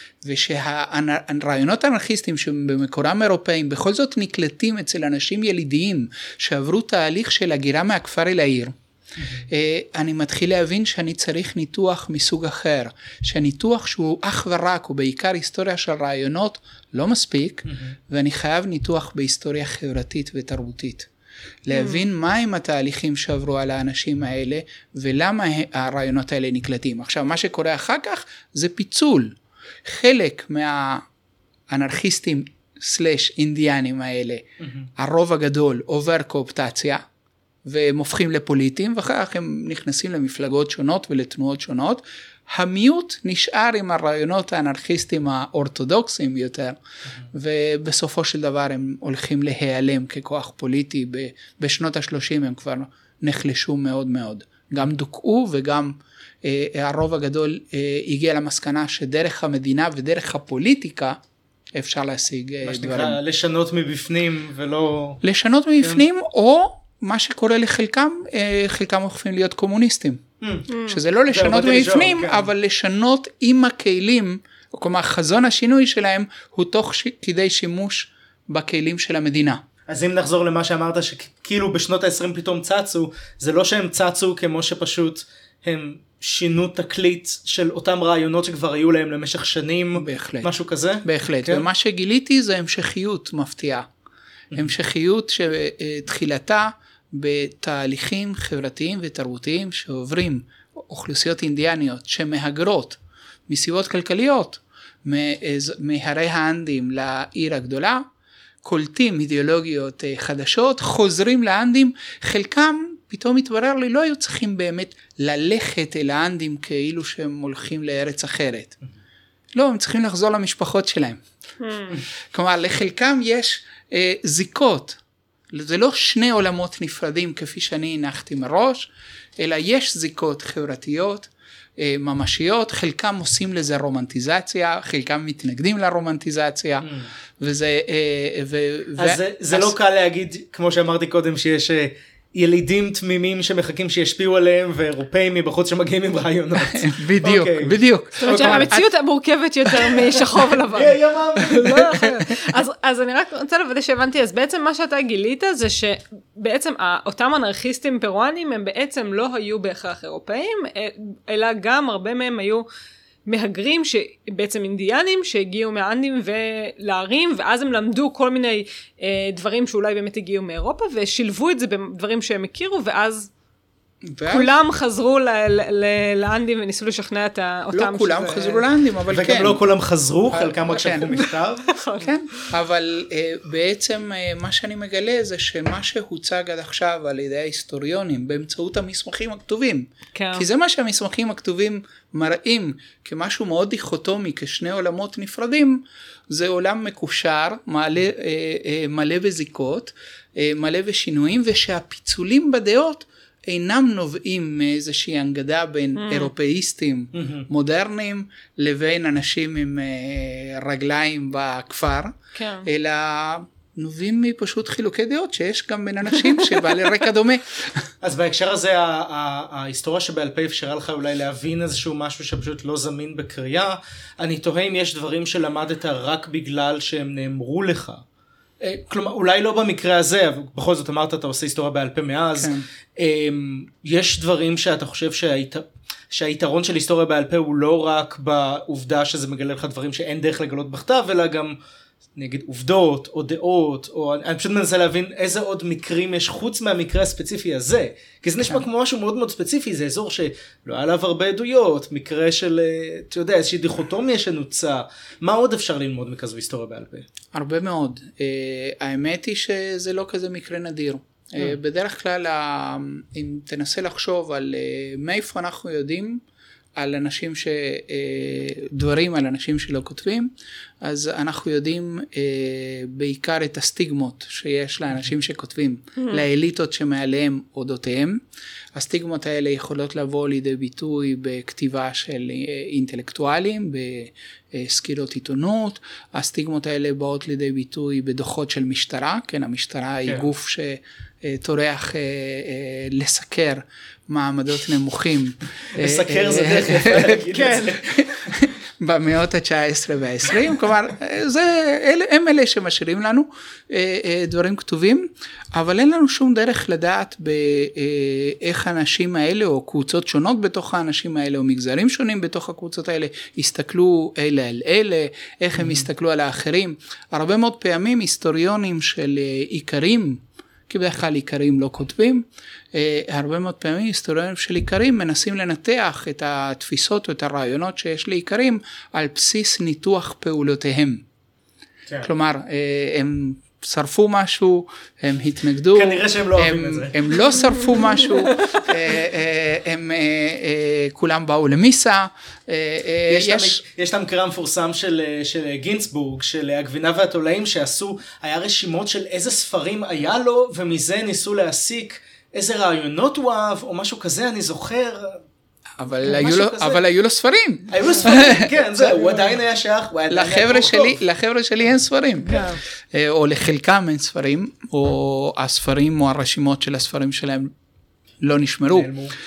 ושהרעיונות האנרכיסטיים שבמקורם אירופאים בכל זאת נקלטים אצל אנשים ילידיים שעברו תהליך של הגירה מהכפר אל העיר. אני מתחיל להבין שאני צריך ניתוח מסוג אחר, שהניתוח שהוא אך ורק ובעיקר היסטוריה של רעיונות לא מספיק, ואני חייב ניתוח בהיסטוריה חברתית ותרבותית. להבין מהם התהליכים שעברו על האנשים האלה ולמה הרעיונות האלה נקלטים. עכשיו מה שקורה אחר כך זה פיצול. חלק מהאנרכיסטים סלש אינדיאנים האלה, הרוב הגדול עובר קואופטציה, והם הופכים לפוליטים, ואחר כך הם נכנסים למפלגות שונות ולתנועות שונות. המיעוט נשאר עם הרעיונות האנרכיסטים האורתודוקסיים יותר, ובסופו של דבר הם הולכים להיעלם ככוח פוליטי. בשנות ה-30 הם כבר נחלשו מאוד מאוד. גם דוכאו וגם הרוב הגדול הגיע למסקנה שדרך המדינה ודרך הפוליטיקה אפשר להשיג דברים. מה שנקרא לשנות מבפנים ולא... לשנות מבפנים או מה שקורה לחלקם, חלקם הופכים להיות קומוניסטים. שזה לא לשנות מבפנים, אבל לשנות עם הכלים, כלומר חזון השינוי שלהם הוא תוך כדי שימוש בכלים של המדינה. אז אם נחזור למה שאמרת שכאילו בשנות ה-20 פתאום צצו, זה לא שהם צצו כמו שפשוט הם שינו תקליט של אותם רעיונות שכבר היו להם למשך שנים, בהחלט. משהו כזה? בהחלט, כן? ומה שגיליתי זה המשכיות מפתיעה. המשכיות שתחילתה בתהליכים חברתיים ותרבותיים שעוברים אוכלוסיות אינדיאניות שמהגרות מסיבות כלכליות מהרי האנדים לעיר הגדולה, קולטים אידיאולוגיות חדשות, חוזרים לאנדים, חלקם פתאום התברר לי לא היו צריכים באמת ללכת אל האנדים כאילו שהם הולכים לארץ אחרת. לא, הם צריכים לחזור למשפחות שלהם. כלומר, לחלקם יש זיקות. זה לא שני עולמות נפרדים כפי שאני הנחתי מראש, אלא יש זיקות חברתיות, ממשיות, חלקם עושים לזה רומנטיזציה, חלקם מתנגדים לרומנטיזציה, וזה... אז זה לא קל להגיד, כמו שאמרתי קודם, שיש ילידים תמימים שמחכים שישפיעו עליהם, ואירופאים מבחוץ שמגיעים עם רעיונות. בדיוק, בדיוק. זאת אומרת שהמציאות מורכבת יותר משחור ולבן. אז אני רק רוצה לוודא שהבנתי, אז בעצם מה שאתה גילית זה שבעצם אותם אנרכיסטים פרואנים הם בעצם לא היו בהכרח אירופאים, אלא גם הרבה מהם היו מהגרים שבעצם אינדיאנים שהגיעו מהאנדים ולערים, ואז הם למדו כל מיני דברים שאולי באמת הגיעו מאירופה, ושילבו את זה בדברים שהם הכירו, ואז כולם חזרו לאנדים וניסו לשכנע אותם. לא כולם חזרו לאנדים, אבל כן. וגם לא כולם חזרו, חלקם רק שלחו מכתב. כן, אבל בעצם מה שאני מגלה זה שמה שהוצג עד עכשיו על ידי ההיסטוריונים באמצעות המסמכים הכתובים, כי זה מה שהמסמכים הכתובים מראים כמשהו מאוד דיכוטומי, כשני עולמות נפרדים, זה עולם מקושר, מלא בזיקות, מלא בשינויים, ושהפיצולים בדעות אינם נובעים מאיזושהי הנגדה בין אירופאיסטים מודרניים לבין אנשים עם רגליים בכפר, אלא נובעים מפשוט חילוקי דעות שיש גם בין אנשים שבעלי רקע דומה. אז בהקשר הזה ההיסטוריה שבעל פה אפשרה לך אולי להבין איזשהו משהו שפשוט לא זמין בקריאה. אני תוהה אם יש דברים שלמדת רק בגלל שהם נאמרו לך. כלומר, אולי לא במקרה הזה, אבל בכל זאת אמרת, אתה עושה היסטוריה בעל פה מאז. יש דברים שאתה חושב שהיתרון של היסטוריה בעל פה הוא לא רק בעובדה שזה מגלה לך דברים שאין דרך לגלות בכתב, אלא גם נגיד עובדות או דעות, או אני פשוט מנסה להבין איזה עוד מקרים יש חוץ מהמקרה הספציפי הזה, כי זה נשמע כמו משהו מאוד מאוד ספציפי, זה אזור שלא היה עליו הרבה עדויות, מקרה של, אתה יודע, איזושהי דיכוטומיה שנוצה. מה עוד אפשר ללמוד מכזו היסטוריה בעל פה? הרבה מאוד. האמת היא שזה לא כזה מקרה נדיר. בדרך כלל, אם תנסה לחשוב על מאיפה אנחנו יודעים על אנשים דברים על אנשים שלא כותבים, אז אנחנו יודעים בעיקר את הסטיגמות שיש לאנשים שכותבים, לאליטות שמעליהם אודותיהם. הסטיגמות האלה יכולות לבוא לידי ביטוי בכתיבה של אינטלקטואלים, בסקילות עיתונות. הסטיגמות האלה באות לידי ביטוי בדוחות של משטרה, כן, המשטרה היא גוף שטורח לסקר מעמדות נמוכים. לסקר זה דרך יפה להגיד את זה. במאות ה-19 וה-20, כלומר, הם אלה שמשאירים לנו דברים כתובים, אבל אין לנו שום דרך לדעת באיך האנשים האלה, או קבוצות שונות בתוך האנשים האלה, או מגזרים שונים בתוך הקבוצות האלה, הסתכלו אלה על אלה, איך הם הסתכלו על האחרים. הרבה מאוד פעמים היסטוריונים של עיקרים, כי בדרך כלל עיקרים לא כותבים, הרבה מאוד פעמים היסטוריונים של עיקרים מנסים לנתח את התפיסות או את הרעיונות שיש לעיקרים על בסיס ניתוח פעולותיהם. כן. כלומר, הם שרפו משהו, הם התנגדו, כנראה שהם לא אוהבים את זה. הם לא שרפו משהו, הם כולם באו למיסה. יש את המקרה המפורסם של גינסבורג, של הגבינה והתולעים שעשו, היה רשימות של איזה ספרים היה לו, ומזה ניסו להסיק איזה רעיונות הוא אהב, או משהו כזה, אני זוכר. אבל היו לו ספרים. היו לו ספרים, כן, זהו, הוא עדיין היה שייך. לחבר'ה שלי אין ספרים. או לחלקם אין ספרים, או הספרים או הרשימות של הספרים שלהם לא נשמרו.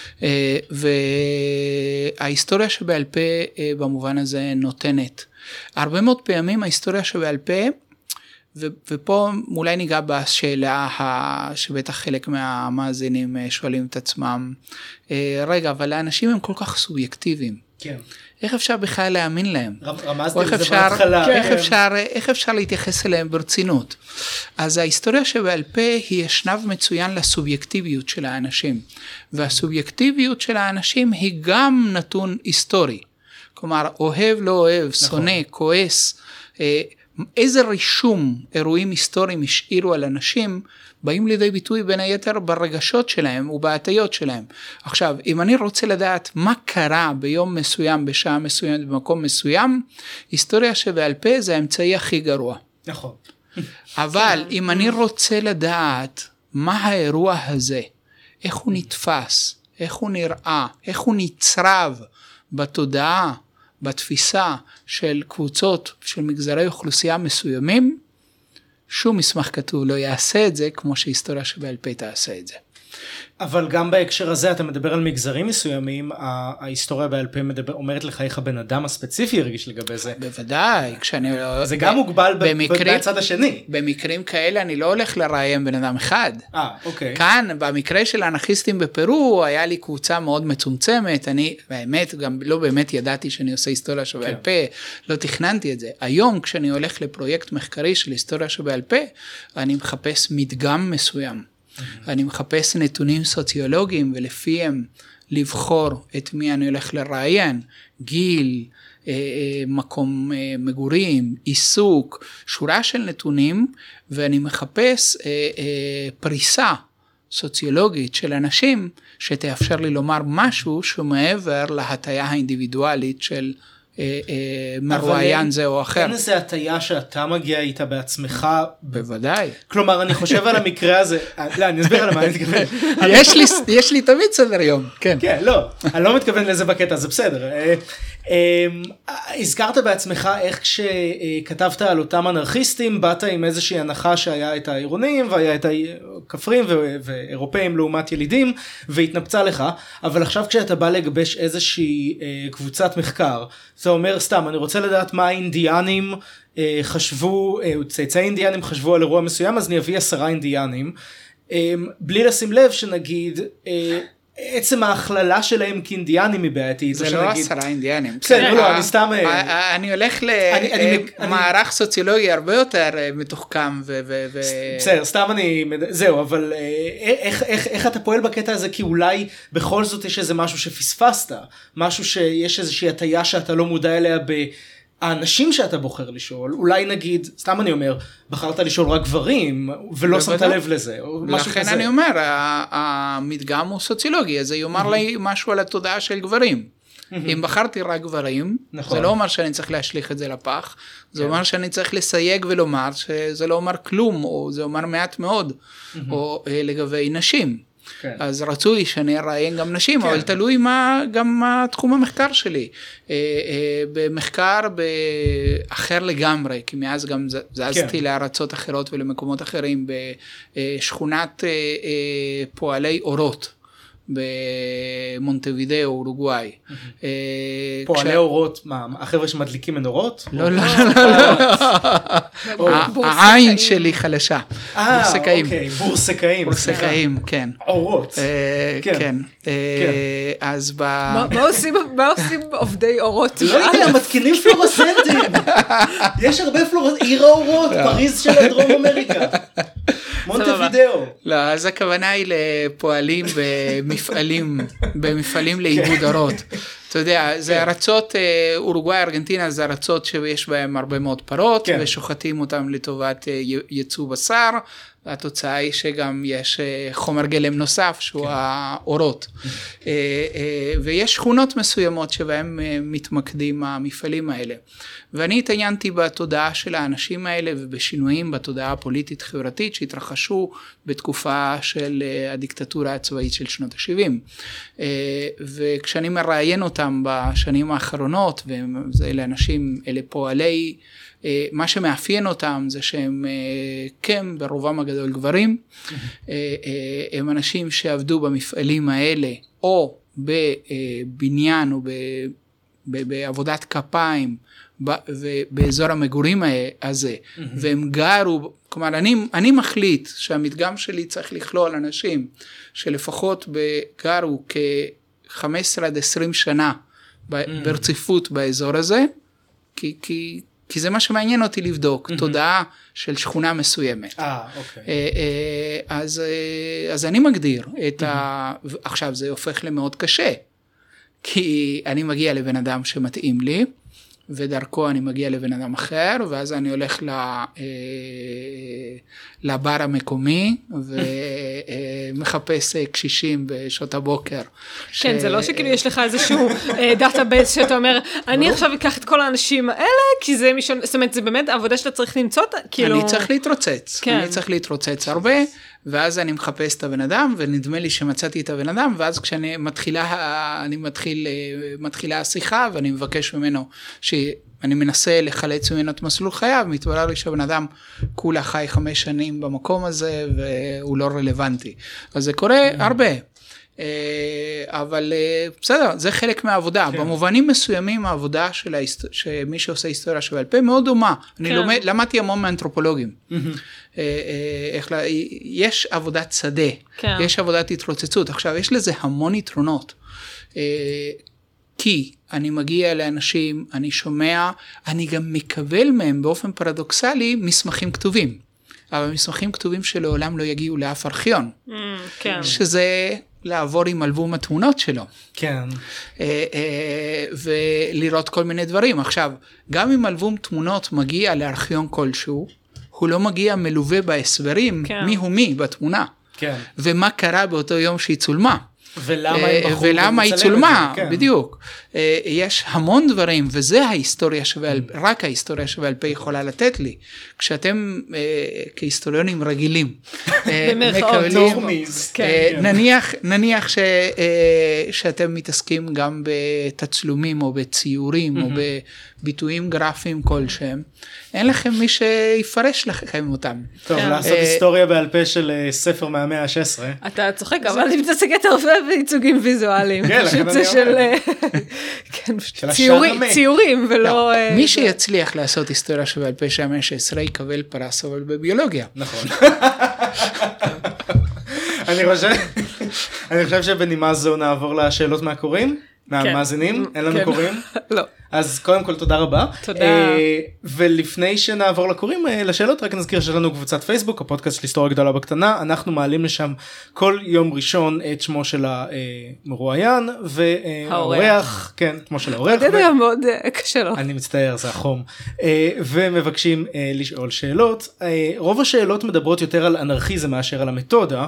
וההיסטוריה שבעל פה במובן הזה נותנת. הרבה מאוד פעמים ההיסטוריה שבעל פה, ופה אולי ניגע בשאלה שבטח חלק מהמאזינים שואלים את עצמם, רגע, אבל האנשים הם כל כך סובייקטיביים. כן. איך אפשר בכלל להאמין להם? רמזתם את זה בהתחלה. איך אפשר להתייחס אליהם ברצינות? אז ההיסטוריה שבעל פה היא אשנב מצוין לסובייקטיביות של האנשים, והסובייקטיביות של האנשים היא גם נתון היסטורי. כלומר, אוהב לא אוהב, שונא, כועס, איזה רישום אירועים היסטוריים השאירו על אנשים, באים לידי ביטוי בין היתר ברגשות שלהם ובהטיות שלהם. עכשיו, אם אני רוצה לדעת מה קרה ביום מסוים, בשעה מסוימת, במקום מסוים, היסטוריה שבעל פה זה האמצעי הכי גרוע. נכון. אבל אם אני רוצה לדעת מה האירוע הזה, איך הוא נתפס, איך הוא נראה, איך הוא נצרב בתודעה, בתפיסה של קבוצות של מגזרי אוכלוסייה מסוימים, שום מסמך כתוב לא יעשה את זה כמו שהיסטוריה שבעל פה תעשה את זה. אבל גם בהקשר הזה אתה מדבר על מגזרים מסוימים, ההיסטוריה בעל פה אומרת לך איך הבן אדם הספציפי ירגיש לגבי זה. בוודאי. זה גם מוגבל בצד השני. במקרים כאלה אני לא הולך לראיין בן אדם אחד. אוקיי. כאן במקרה של האנרכיסטים בפרו היה לי קבוצה מאוד מצומצמת, אני באמת גם לא באמת ידעתי שאני עושה היסטוריה שבעל פה, לא תכננתי את זה. היום כשאני הולך לפרויקט מחקרי של היסטוריה שבעל פה, אני מחפש מדגם מסוים. אני מחפש נתונים סוציולוגיים ולפיהם לבחור את מי אני הולך לראיין, גיל, מקום מגורים, עיסוק, שורה של נתונים, ואני מחפש פריסה סוציולוגית של אנשים שתאפשר לי לומר משהו שמעבר להטיה האינדיבידואלית של מרואיין זה או אחר. אין איזה הטיה שאתה מגיע איתה בעצמך? בוודאי. כלומר, אני חושב על המקרה הזה, לא, אני אסביר על מה אני מתכוון. יש לי תמיד סדר יום, כן. כן, לא, אני לא מתכוון לזה בקטע, זה בסדר. הזכרת בעצמך איך כשכתבת על אותם אנרכיסטים, באת עם איזושהי הנחה שהיה את העירונים, והיה את הכפרים ואירופאים לעומת ילידים, והתנפצה לך, אבל עכשיו כשאתה בא לגבש איזושהי קבוצת מחקר, זה אומר סתם, אני רוצה לדעת מה האינדיאנים חשבו, צאצאי אינדיאנים חשבו על אירוע מסוים, אז אני אביא 10 אינדיאנים, בלי לשים לב שנגיד, עצם ההכללה שלהם כאינדיאנים היא בעייתית. זה לא 10 אינדיאנים. בסדר, לא, אני סתם... אני הולך למערך סוציולוגי הרבה יותר מתוחכם בסדר, סתם אני... זהו, אבל איך אתה פועל בקטע הזה? כי אולי בכל זאת יש איזה משהו שפספסת, משהו שיש איזושהי הטיה שאתה לא מודע אליה האנשים שאתה בוחר לשאול, אולי נגיד, סתם אני אומר, בחרת לשאול רק גברים, ולא שמת לב לזה, או משהו כזה. לכן אני אומר, המדגם הוא סוציולוגי, אז זה יאמר לי משהו על התודעה של גברים. אם בחרתי רק גברים, זה לא אומר שאני צריך להשליך את זה לפח, זה אומר שאני צריך לסייג ולומר שזה לא אומר כלום, או זה אומר מעט מאוד, או לגבי נשים. אז רצוי שאני אראיין גם נשים, אבל תלוי גם מה תחום המחקר שלי. במחקר אחר לגמרי, כי מאז גם זזתי לארצות אחרות ולמקומות אחרים, בשכונת פועלי אורות. במונטווידאו, אורוגוואי. פועלי אורות, מה, החבר'ה שמדליקים מנורות? לא, לא, לא. העין שלי חלשה. בורסקאים. אוקיי, בורסקאים. בורסקאים, כן. אורות. כן. אז מה עושים עובדי אורות? לא יודע, מתקינים פלורסנטים. יש הרבה עיר האורות, פריז של דרום אמריקה. מונטווידאו. לא, אז הכוונה היא לפועלים במפעלים לעיבוד אורות. אתה יודע, זה ארצות, אורוגוואי, ארגנטינה, זה ארצות שיש בהם הרבה מאוד פרות, ושוחטים אותם לטובת ייצוא בשר, והתוצאה היא שגם יש חומר גלם נוסף, שהוא האורות. ויש שכונות מסוימות שבהם מתמקדים המפעלים האלה. ואני התעניינתי בתודעה של האנשים האלה, ובשינויים בתודעה הפוליטית חברתית, שהתרחשו בתקופה של הדיקטטורה הצבאית של שנות ה-70. וכשאני מראיין אותם בשנים האחרונות, ואלה אנשים, אלה פועלי, מה שמאפיין אותם זה שהם כן ברובם הגדול גברים, הם אנשים שעבדו במפעלים האלה, או בבניין או בעבודת כפיים, באזור המגורים הזה, והם גרו, כלומר אני מחליט שהמדגם שלי צריך לכלול אנשים שלפחות גרו כ-15 עד 20 שנה ברציפות באזור הזה, כי זה מה שמעניין אותי לבדוק, תודעה של שכונה מסוימת. אוקיי. אז אני מגדיר עכשיו זה הופך למאוד קשה, כי אני מגיע לבן אדם שמתאים לי, ודרכו אני מגיע לבן אדם אחר, ואז אני הולך לבר המקומי, ומחפש קשישים בשעות הבוקר. כן, זה לא שכאילו יש לך איזשהו דאטאבייס שאתה אומר, אני עכשיו אקח את כל האנשים האלה, כי זה מישהו, זאת אומרת, זה באמת העבודה שאתה צריך למצוא, כאילו... אני צריך להתרוצץ, אני צריך להתרוצץ הרבה, ואז אני מחפש את הבן אדם, ונדמה לי שמצאתי את הבן אדם, ואז כשאני מתחילה השיחה, ואני מבקש ממנו, שאני מנסה לחלץ ממנו את מסלול חייו, מתברר לי שהבן אדם כולה חי 5 שנים במקום הזה, והוא לא רלוונטי. אז זה קורה הרבה. אבל בסדר, זה חלק מהעבודה. במובנים מסוימים העבודה שמי שעושה היסטוריה שבעל פה מאוד דומה. אני למדתי המון מאנתרופולוגים. יש עבודת שדה, יש עבודת התרוצצות. עכשיו, יש לזה המון יתרונות. כי אני מגיע לאנשים, אני שומע, אני גם מקבל מהם באופן פרדוקסלי מסמכים כתובים. אבל מסמכים כתובים שלעולם לא יגיעו לאף ארכיון. כן. שזה לעבור עם אלבום התמונות שלו. כן. ולראות כל מיני דברים. עכשיו, גם אם אלבום תמונות מגיע לארכיון כלשהו, הוא לא מגיע מלווה בהסברים, כן. מי הוא מי בתמונה. כן. ומה קרה באותו יום שהיא צולמה. ולמה היא צולמה, בדיוק. יש המון דברים, וזה ההיסטוריה רק ההיסטוריה שבעל פה יכולה לתת לי. כשאתם כהיסטוריונים רגילים, נניח שאתם מתעסקים גם בתצלומים או בציורים או בביטויים גרפיים כלשהם, אין לכם מי שיפרש לכם אותם. טוב, לעשות היסטוריה בעל פה של ספר מהמאה ה-16. אתה צוחק, אבל אני מתעסקת הרבה בייצוגים ויזואליים. פשוט זה של ציורים ולא... מי שיצליח לעשות היסטוריה שבעל פה של המאה ה-16 יקבל פרס אבל בביולוגיה. נכון. אני חושב שבנימה זו נעבור לשאלות מהקוראים. מהמאזינים, אין לנו קוראים? לא. אז קודם כל תודה רבה. תודה. ולפני שנעבור לקוראים לשאלות, רק נזכיר שיש לנו קבוצת פייסבוק, הפודקאסט של היסטוריה גדולה בקטנה, אנחנו מעלים לשם כל יום ראשון את שמו של המרואיין, והאורח, כן, שמו של האורח. זה היה מאוד קשה לו. אני מצטער, זה החום. ומבקשים לשאול שאלות. רוב השאלות מדברות יותר על אנרכיזם מאשר על המתודה.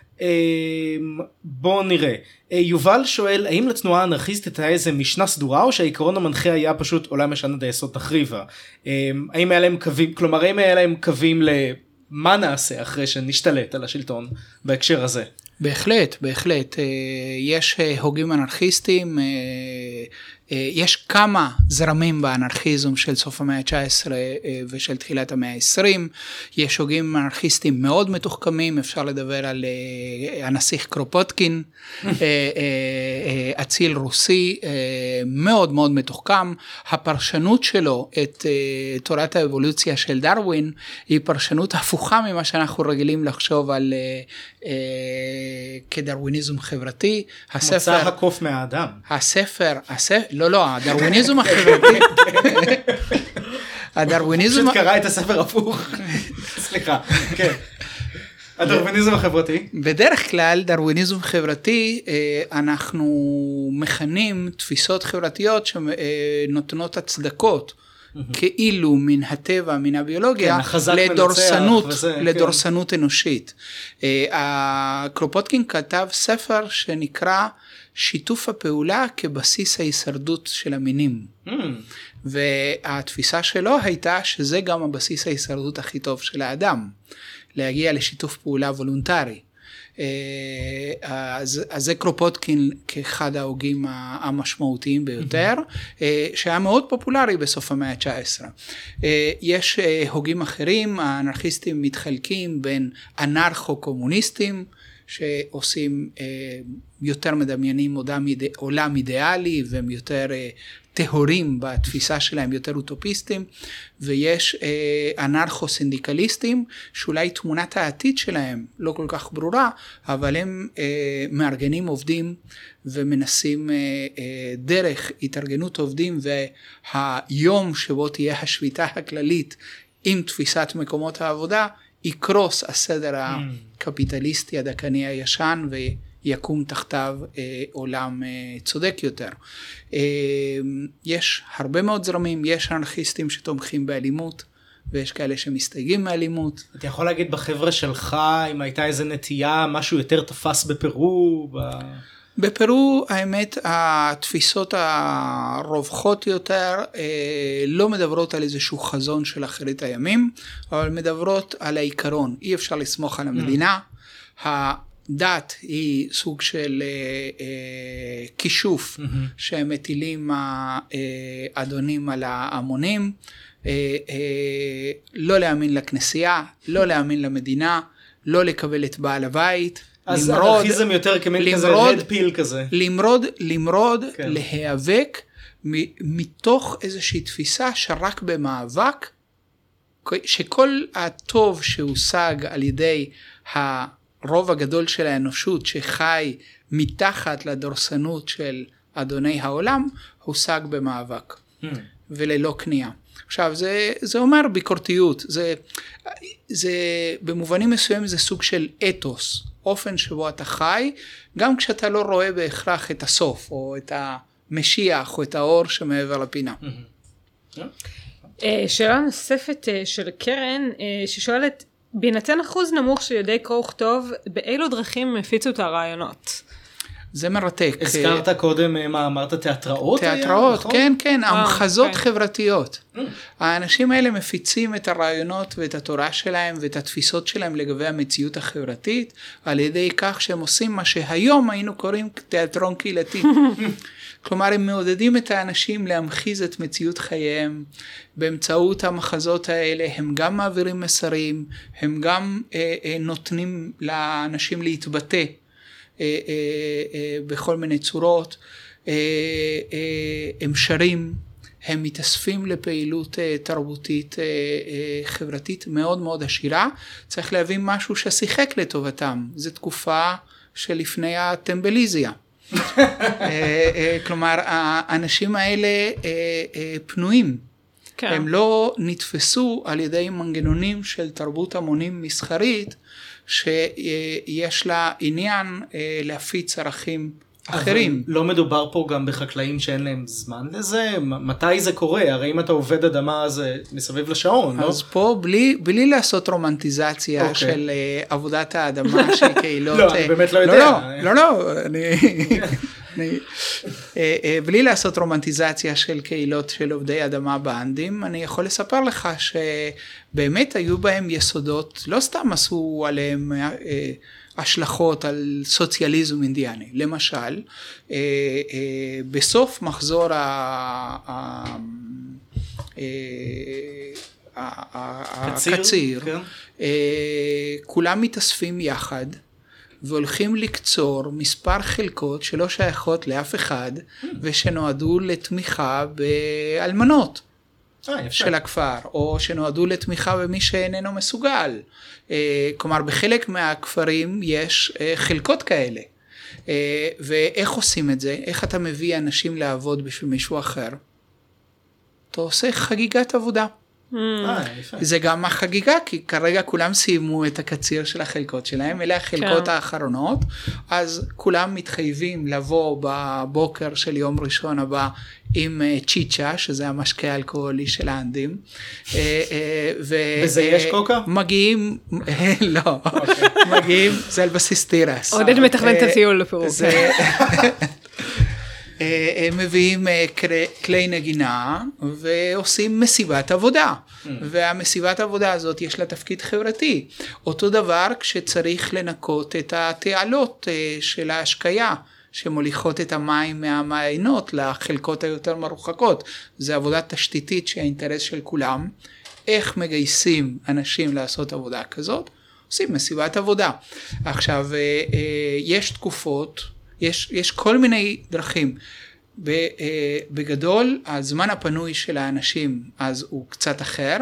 בואו נראה. יובל שואל, האם לתנועה האנרכיסטית היה איזה משנה סדורה, או שהעיקרון המנחה היה פשוט עולם ישן עד היסוד תחריבה? האם היה להם קווים, כלומר, האם היה להם קווים למה נעשה אחרי שנשתלט על השלטון בהקשר הזה? בהחלט, בהחלט. יש הוגים אנרכיסטים, יש כמה זרמים באנרכיזם של סוף המאה ה-19 ושל תחילת המאה ה-20, יש הוגים אנרכיסטים מאוד מתוחכמים, אפשר לדבר על הנסיך קרופוטקין, אציל רוסי, מאוד מאוד מתוחכם, הפרשנות שלו את תורת האבולוציה של דרווין, היא פרשנות הפוכה ממה שאנחנו רגילים לחשוב על כדרוויניזם חברתי. מוצא הקוף מהאדם. לא, הדרוויניזם החברתי. הדרוויניזם... פשוט קרא את הספר הפוך. סליחה, כן. הדרוויניזם החברתי. בדרך כלל, דרוויניזם חברתי, אנחנו מכנים תפיסות חברתיות שנותנות הצדקות, כאילו מן הטבע, מן הביולוגיה, לדורסנות אנושית. קרופוטקין כתב ספר שנקרא שיתוף הפעולה כבסיס ההישרדות של המינים. והתפיסה שלו הייתה שזה גם הבסיס ההישרדות הכי טוב של האדם, להגיע לשיתוף פעולה וולונטרי. אז זה קרופוטקין כאחד ההוגים המשמעותיים ביותר, שהיה מאוד פופולרי בסוף המאה ה-19. יש הוגים אחרים, האנרכיסטים מתחלקים בין אנרכו-קומוניסטים, שעושים יותר מדמיינים עולם אידיאלי, והם יותר טהורים בתפיסה שלהם, יותר אוטופיסטים, ויש אנרכו-סינדיקליסטים, שאולי תמונת העתיד שלהם לא כל כך ברורה, אבל הם מארגנים עובדים, ומנסים דרך התארגנות עובדים, והיום שבו תהיה השביתה הכללית, עם תפיסת מקומות העבודה, יקרוס הסדר הקפיטליסטי הדקני הישן, ויקום תחתיו עולם צודק יותר. יש הרבה מאוד זרמים, יש אנרכיסטים שתומכים באלימות, ויש כאלה שמסתייגים מאלימות. אתה יכול להגיד בחבר'ה שלך, אם הייתה איזה נטייה, משהו יותר תפס בפרו? בפרו, האמת, התפיסות הרווחות יותר לא מדברות על איזשהו חזון של אחרית הימים, אבל מדברות על העיקרון. אי אפשר לסמוך על המדינה. הדת היא סוג של כישוף שמטילים האדונים על ההמונים. לא להאמין לכנסייה, לא להאמין למדינה, לא לקבל את בעל הבית. אז אנרכיזם יותר כמין כזה רד פיל כזה. למרוד, להיאבק מתוך איזושהי תפיסה שרק במאבק, שכל הטוב שהושג על ידי הרוב הגדול של האנושות שחי מתחת לדורסנות של אדוני העולם, הושג במאבק. וללא כניעה. עכשיו, זה אומר ביקורתיות, זה במובנים מסוים זה סוג של אתוס, אופן שבו אתה חי, גם כשאתה לא רואה בהכרח את הסוף, או את המשיח, או את האור שמעבר לפינה. שאלה נוספת של קרן, ששואלת, בהינתן אחוז נמוך של יודעי קרוא וכתוב, באילו דרכים הפיצו את הרעיונות? זה מרתק. הזכרת קודם, מה אמרת, תיאטראות? תיאטראות, כן, כן, המחזות חברתיות. האנשים האלה מפיצים את הרעיונות ואת התורה שלהם ואת התפיסות שלהם לגבי המציאות החברתית, על ידי כך שהם עושים מה שהיום היינו קוראים תיאטרון קהילתי. כלומר, הם מעודדים את האנשים להמחיז את מציאות חייהם, באמצעות המחזות האלה הם גם מעבירים מסרים, הם גם נותנים לאנשים להתבטא, בכל מיני צורות, הם שרים, הם מתאספים לפעילות תרבותית חברתית מאוד מאוד עשירה. צריך להבין משהו ששיחק לטובתם, זו תקופה שלפני הטמבליזיה. כלומר, האנשים האלה פנויים, הם לא נתפסו על ידי מנגנונים של תרבות המונים מסחרית, שיש לה עניין להפיץ ערכים אחרים. אבל לא מדובר פה גם בחקלאים שאין להם זמן לזה? מתי זה קורה? הרי אם אתה עובד אדמה זה מסביב לשעון, לא? אז פה בלי לעשות רומנטיזציה של עבודת האדמה של קהילות. לא, אני באמת לא יודע. לא, בלי לעשות רומנטיזציה של קהילות של עובדי אדמה באנדים, אני יכול לספר לך שבאמת היו בהם יסודות, לא סתם עשו עליהם השלכות על סוציאליזם אינדיאני. למשל, בסוף מחזור הקציר, כולם מתאספים יחד, והולכים לקצור מספר חלקות שלא שייכות לאף אחד, ושנועדו לתמיכה באלמנות של הכפר, או שנועדו לתמיכה במי שאיננו מסוגל. כלומר, בחלק מהכפרים יש חלקות כאלה. ואיך עושים את זה? איך אתה מביא אנשים לעבוד בשביל מישהו אחר? אתה עושה חגיגת עבודה. זה גם החגיגה, כי כרגע כולם סיימו את הקציר של החלקות שלהם, אלה החלקות האחרונות, אז כולם מתחייבים לבוא בבוקר של יום ראשון הבא עם צ'יצ'ה, שזה המשקה האלכוהולי של האנדים. וזה יש קוקה? מגיעים, לא, מגיעים, זה על בסיס תירס. עודד מתכנן את הטיול לפירוק. מביאים כלי נגינה ועושים מסיבת עבודה, והמסיבת עבודה הזאת יש לה תפקיד חברתי. אותו דבר כשצריך לנקות את התעלות של ההשקיה שמוליכות את המים מהמעיינות לחלקות היותר מרוחקות. זה עבודה תשתיתית שהאינטרס של כולם. איך מגייסים אנשים לעשות עבודה כזאת? עושים מסיבת עבודה. עכשיו, יש תקופות, יש כל מיני דרכים. בגדול, הזמן הפנוי של האנשים אז הוא קצת אחר,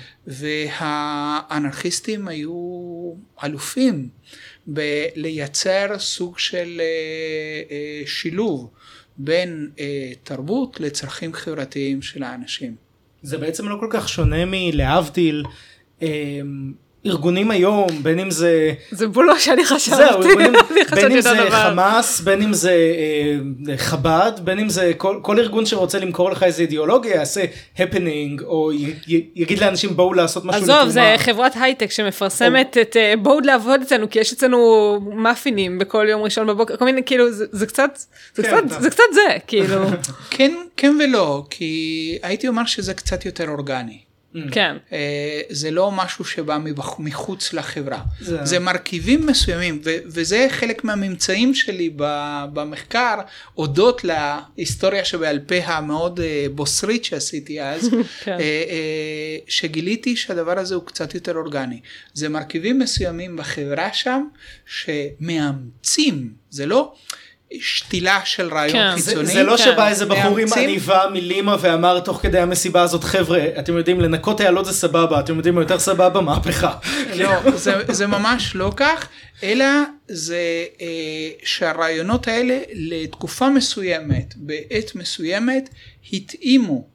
והאנרכיסטים היו אלופים בלייצר סוג של שילוב בין תרבות לצרכים חברתיים של האנשים. זה בעצם לא כל כך שונה מלהבדיל ארגונים היום, בין אם זה... זה בולו שאני חשבתי. זהו, בין אם זה חמאס, בין אם זה חב"ד, בין אם זה כל ארגון שרוצה למכור לך איזה אידיאולוגיה, יעשה הפנינג, או יגיד לאנשים בואו לעשות משהו לתרומה. עזוב, זה חברת הייטק שמפרסמת את בואו לעבוד אצלנו, כי יש אצלנו מאפינים בכל יום ראשון בבוקר, כל מיני, כאילו, זה קצת זה, כאילו. כן ולא, כי הייתי אומר שזה קצת יותר אורגני. כן. זה לא משהו שבא מחוץ לחברה. זה מרכיבים מסוימים, וזה חלק מהממצאים שלי במחקר, הודות להיסטוריה שבעל פה המאוד בוסרית שעשיתי אז, שגיליתי שהדבר הזה הוא קצת יותר אורגני. זה מרכיבים מסוימים בחברה שם, שמאמצים, זה לא... שתילה של רעיון חיצוני. זה לא שבא איזה בחור עם עניבה מלימה ואמר תוך כדי המסיבה הזאת, חבר'ה, אתם יודעים, לנקות תעלות זה סבבה, אתם יודעים, יותר סבבה, מהפכה. לא, זה ממש לא כך, אלא זה שהרעיונות האלה לתקופה מסוימת, בעת מסוימת, התאימו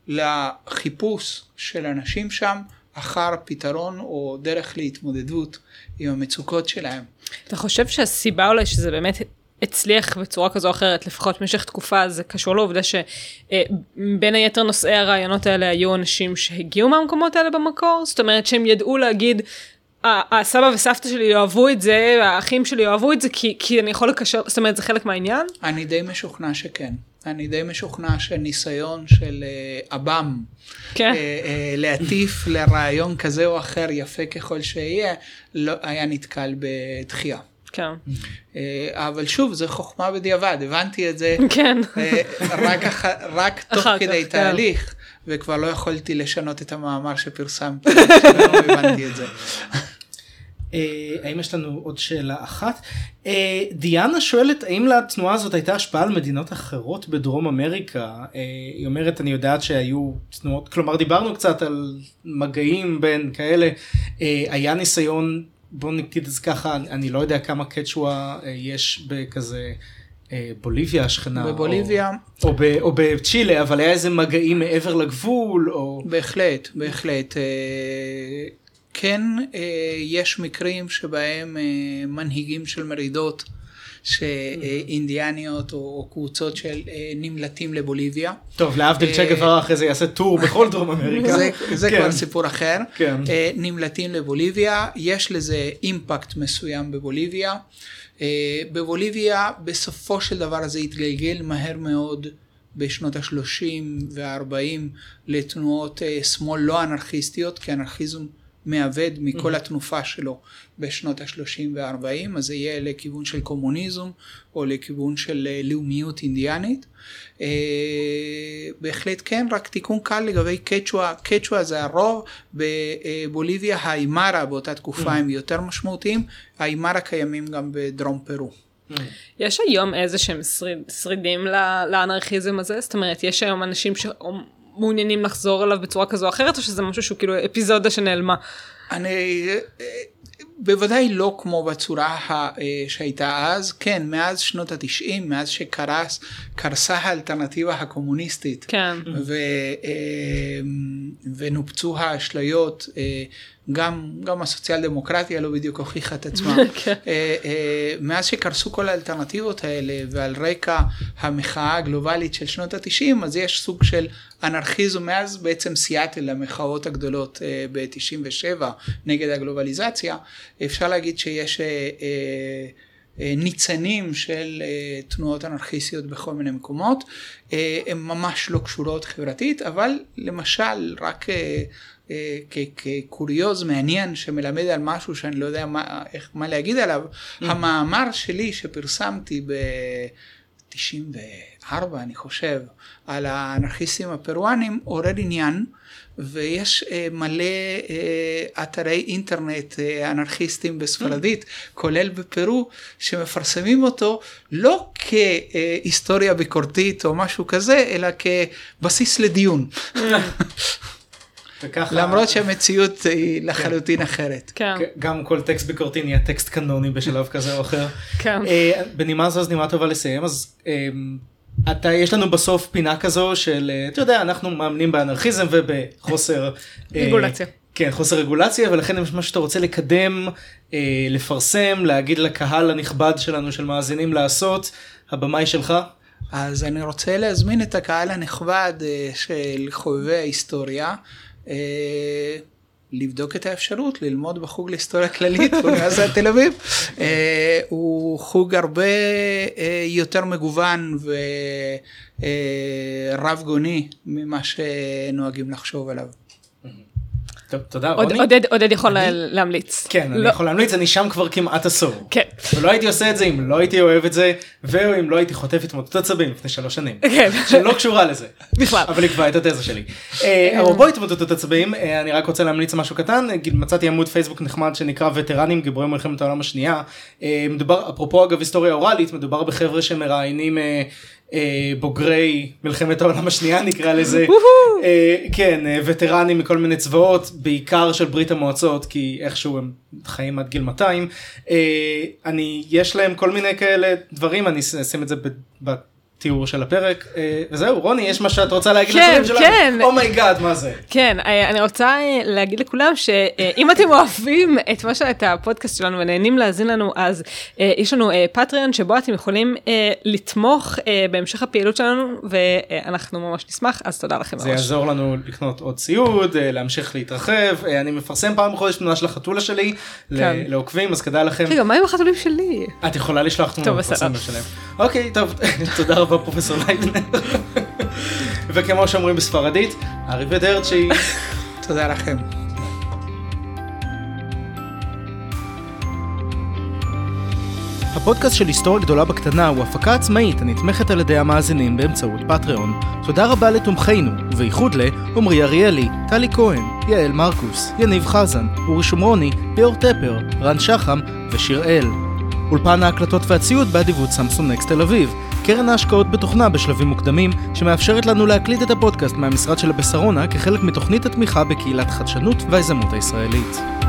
לחיפוש של אנשים שם אחר פתרון או דרך להתמודדות עם המצוקות שלהם. אתה חושב שהסיבה אולי שזה באמת הצליח בצורה כזו או אחרת, לפחות במשך תקופה, זה קשור לעובדה שבין היתר נושאי הרעיונות האלה היו אנשים שהגיעו מהמקומות האלה במקור? זאת אומרת שהם ידעו להגיד, הסבא וסבתא שלי יאהבו את זה, האחים שלי יאהבו את זה, כי אני יכול לקשר, זאת אומרת זה חלק מהעניין? אני די משוכנע שכן. אני די משוכנע שניסיון של אב"ם, להטיף לרעיון כזה או אחר יפה ככל שיהיה, לא היה נתקל בתחייה. כן. אבל שוב, זה חוכמה בדיעבד, הבנתי את זה כן. רק תוך כדי תהליך, וכבר לא יכולתי לשנות את המאמר שפרסמתי, שלא הבנתי את זה. האם יש לנו עוד שאלה אחת? דיאנה שואלת, האם לתנועה הזאת הייתה השפעה על מדינות אחרות בדרום אמריקה? היא אומרת, אני יודעת שהיו תנועות, כלומר דיברנו קצת על מגעים בין כאלה, היה ניסיון, בואו נגיד את זה ככה, אני לא יודע כמה קצ'ואה יש בכזה בוליביה השכנה, בבוליביה, או בצ'ילה, אבל היה איזה מגעים מעבר לגבול, או... בהחלט, בהחלט. כן, יש מקרים שבהם מנהיגים של מרידות, שאינדיאניות או קבוצות של נמלטים לבוליביה. טוב, להבדיל צ'ה גווארה אחרי זה יעשה טור בכל דרום אמריקה. זה כבר סיפור אחר. נמלטים לבוליביה, יש לזה אימפקט מסוים בבוליביה. בבוליביה בסופו של דבר הזה התגלגל מהר מאוד בשנות ה-30 וה-40 לתנועות שמאל לא אנרכיסטיות, כי אנרכיזם מעבד מכל התנופה שלו בשנות ה-30 וה-40, אז זה יהיה לכיוון של קומוניזם או לכיוון של לאומיות אינדיאנית. בהחלט כן, רק תיקון קל לגבי קצ'ואה, קצ'ואה זה הרוב, בבוליביה האימרה באותה תקופה הם יותר משמעותיים, האימרה קיימים גם בדרום פרו. יש היום איזה שהם שרידים לאנרכיזם הזה? זאת אומרת, יש היום אנשים מעוניינים לחזור אליו בצורה כזו או אחרת, או שזה משהו שהוא כאילו אפיזודה שנעלמה? אני בוודאי לא כמו בצורה שהייתה אז, כן, מאז שנות ה-90, מאז שקרסה האלטרנטיבה הקומוניסטית, כן. ונופצו האשליות, גם הסוציאל דמוקרטיה לא בדיוק הוכיחה את עצמה. מאז שקרסו כל האלטרנטיבות האלה, ועל רקע המחאה הגלובלית של שנות ה-90, אז יש סוג של אנרכיזם, מאז בעצם סיאטל, המחאות הגדולות ב-97 נגד הגלובליזציה, אפשר להגיד שיש ניצנים של תנועות אנרכיסטיות בכל מיני מקומות, הן ממש לא קשורות חברתית, אבל למשל רק כקוריוז מעניין שמלמד על משהו שאני לא יודע מה להגיד עליו, המאמר שלי שפרסמתי ב-94 אני חושב, על האנרכיסטים הפרואנים עורר עניין, ויש מלא אתרי אינטרנט אנרכיסטים בספרדית, כולל בפרו, שמפרסמים אותו לא כהיסטוריה ביקורתית או משהו כזה, אלא כבסיס לדיון. למרות שהמציאות היא לחלוטין אחרת. גם כל טקסט ביקורתי נהיה טקסט קנוני בשלב כזה או אחר. בנימה זו, אז נימה טובה לסיים, אז יש לנו בסוף פינה כזו של, אתה יודע, אנחנו מאמנים באנרכיזם ובחוסר רגולציה. כן, חוסר רגולציה, ולכן יש משהו שאתה רוצה לקדם, לפרסם, להגיד לקהל הנכבד שלנו, של מאזינים לעשות, הבמה היא שלך. אז אני רוצה להזמין את הקהל הנכבד של חובבי ההיסטוריה, לבדוק את האפשרות, ללמוד בחוג להיסטוריה כללית, באוניברסיטת תל אביב. הוא חוג הרבה יותר מגוון ורב גוני ממה שנוהגים לחשוב עליו. טוב, תודה רוני. עודד יכול להמליץ. כן, אני יכול להמליץ, אני שם כבר כמעט עשור. כן. ולא הייתי עושה את זה אם לא הייתי אוהב את זה, ואם לא הייתי חוטף התמוטטות עצבים לפני 3 שנים. כן. שלא קשורה לזה. בכלל. אבל לקבע את התזה שלי. אפרופו התמוטטות עצבים, אני רק רוצה להמליץ משהו קטן, מצאתי עמוד פייסבוק נחמד שנקרא וטרנים גיבורי מלחמת העולם השנייה. מדובר, אפרופו אגב היסטוריה אוראלית, מדובר בחבר'ה שמראיינים בוגרי מלחמת העולם השנייה נקרא לזה, כן, וטרנים מכל מיני צבאות, בעיקר של ברית המועצות, כי איכשהו הם חיים עד גיל 200, יש להם כל מיני כאלה דברים, אני אשים את זה תיאור של הפרק, וזהו, רוני, יש מה שאת רוצה להגיד כן, לדברים שלנו? כן. אומייגאד, מה זה? כן, אני רוצה להגיד לכולם שאם אתם אוהבים את הפודקאסט שלנו ונהנים להאזין לנו, אז יש לנו פטריון שבו אתם יכולים לתמוך בהמשך הפעילות שלנו, ואנחנו ממש נשמח, אז תודה לכם ממש. זה יעזור לנו לקנות עוד ציוד, להמשיך להתרחב, אני מפרסם פעם בחודש תמונה של החתולה שלי, לעוקבים, אז כדאי לכם. רגע, מה עם החתולים שלי? את יכולה לשלוח תמונה. טוב, בסדר. אוקיי, טוב, תודה רבה פרופסור לייבנר. וכמו שאומרים בספרדית, אריבדרצ'י. תודה לכם. הפודקאסט של היסטוריה גדולה בקטנה הוא הפקה עצמאית הנתמכת על ידי המאזינים באמצעות פטריון. תודה רבה לתומכינו, ובייחוד לעומרי אריאלי, טלי כהן, יעל מרקוס, יניב חזן, אורי שומרוני, ליאור טפר, רן שחם ושיראל. אולפן ההקלטות והציוד באדיבות סמסונג נקסט תל אביב, קרן ההשקעות בתוכנה בשלבים מוקדמים, שמאפשרת לנו להקליט את הפודקאסט מהמשרד של הבשרונה כחלק מתוכנית התמיכה בקהילת חדשנות והיזמות הישראלית.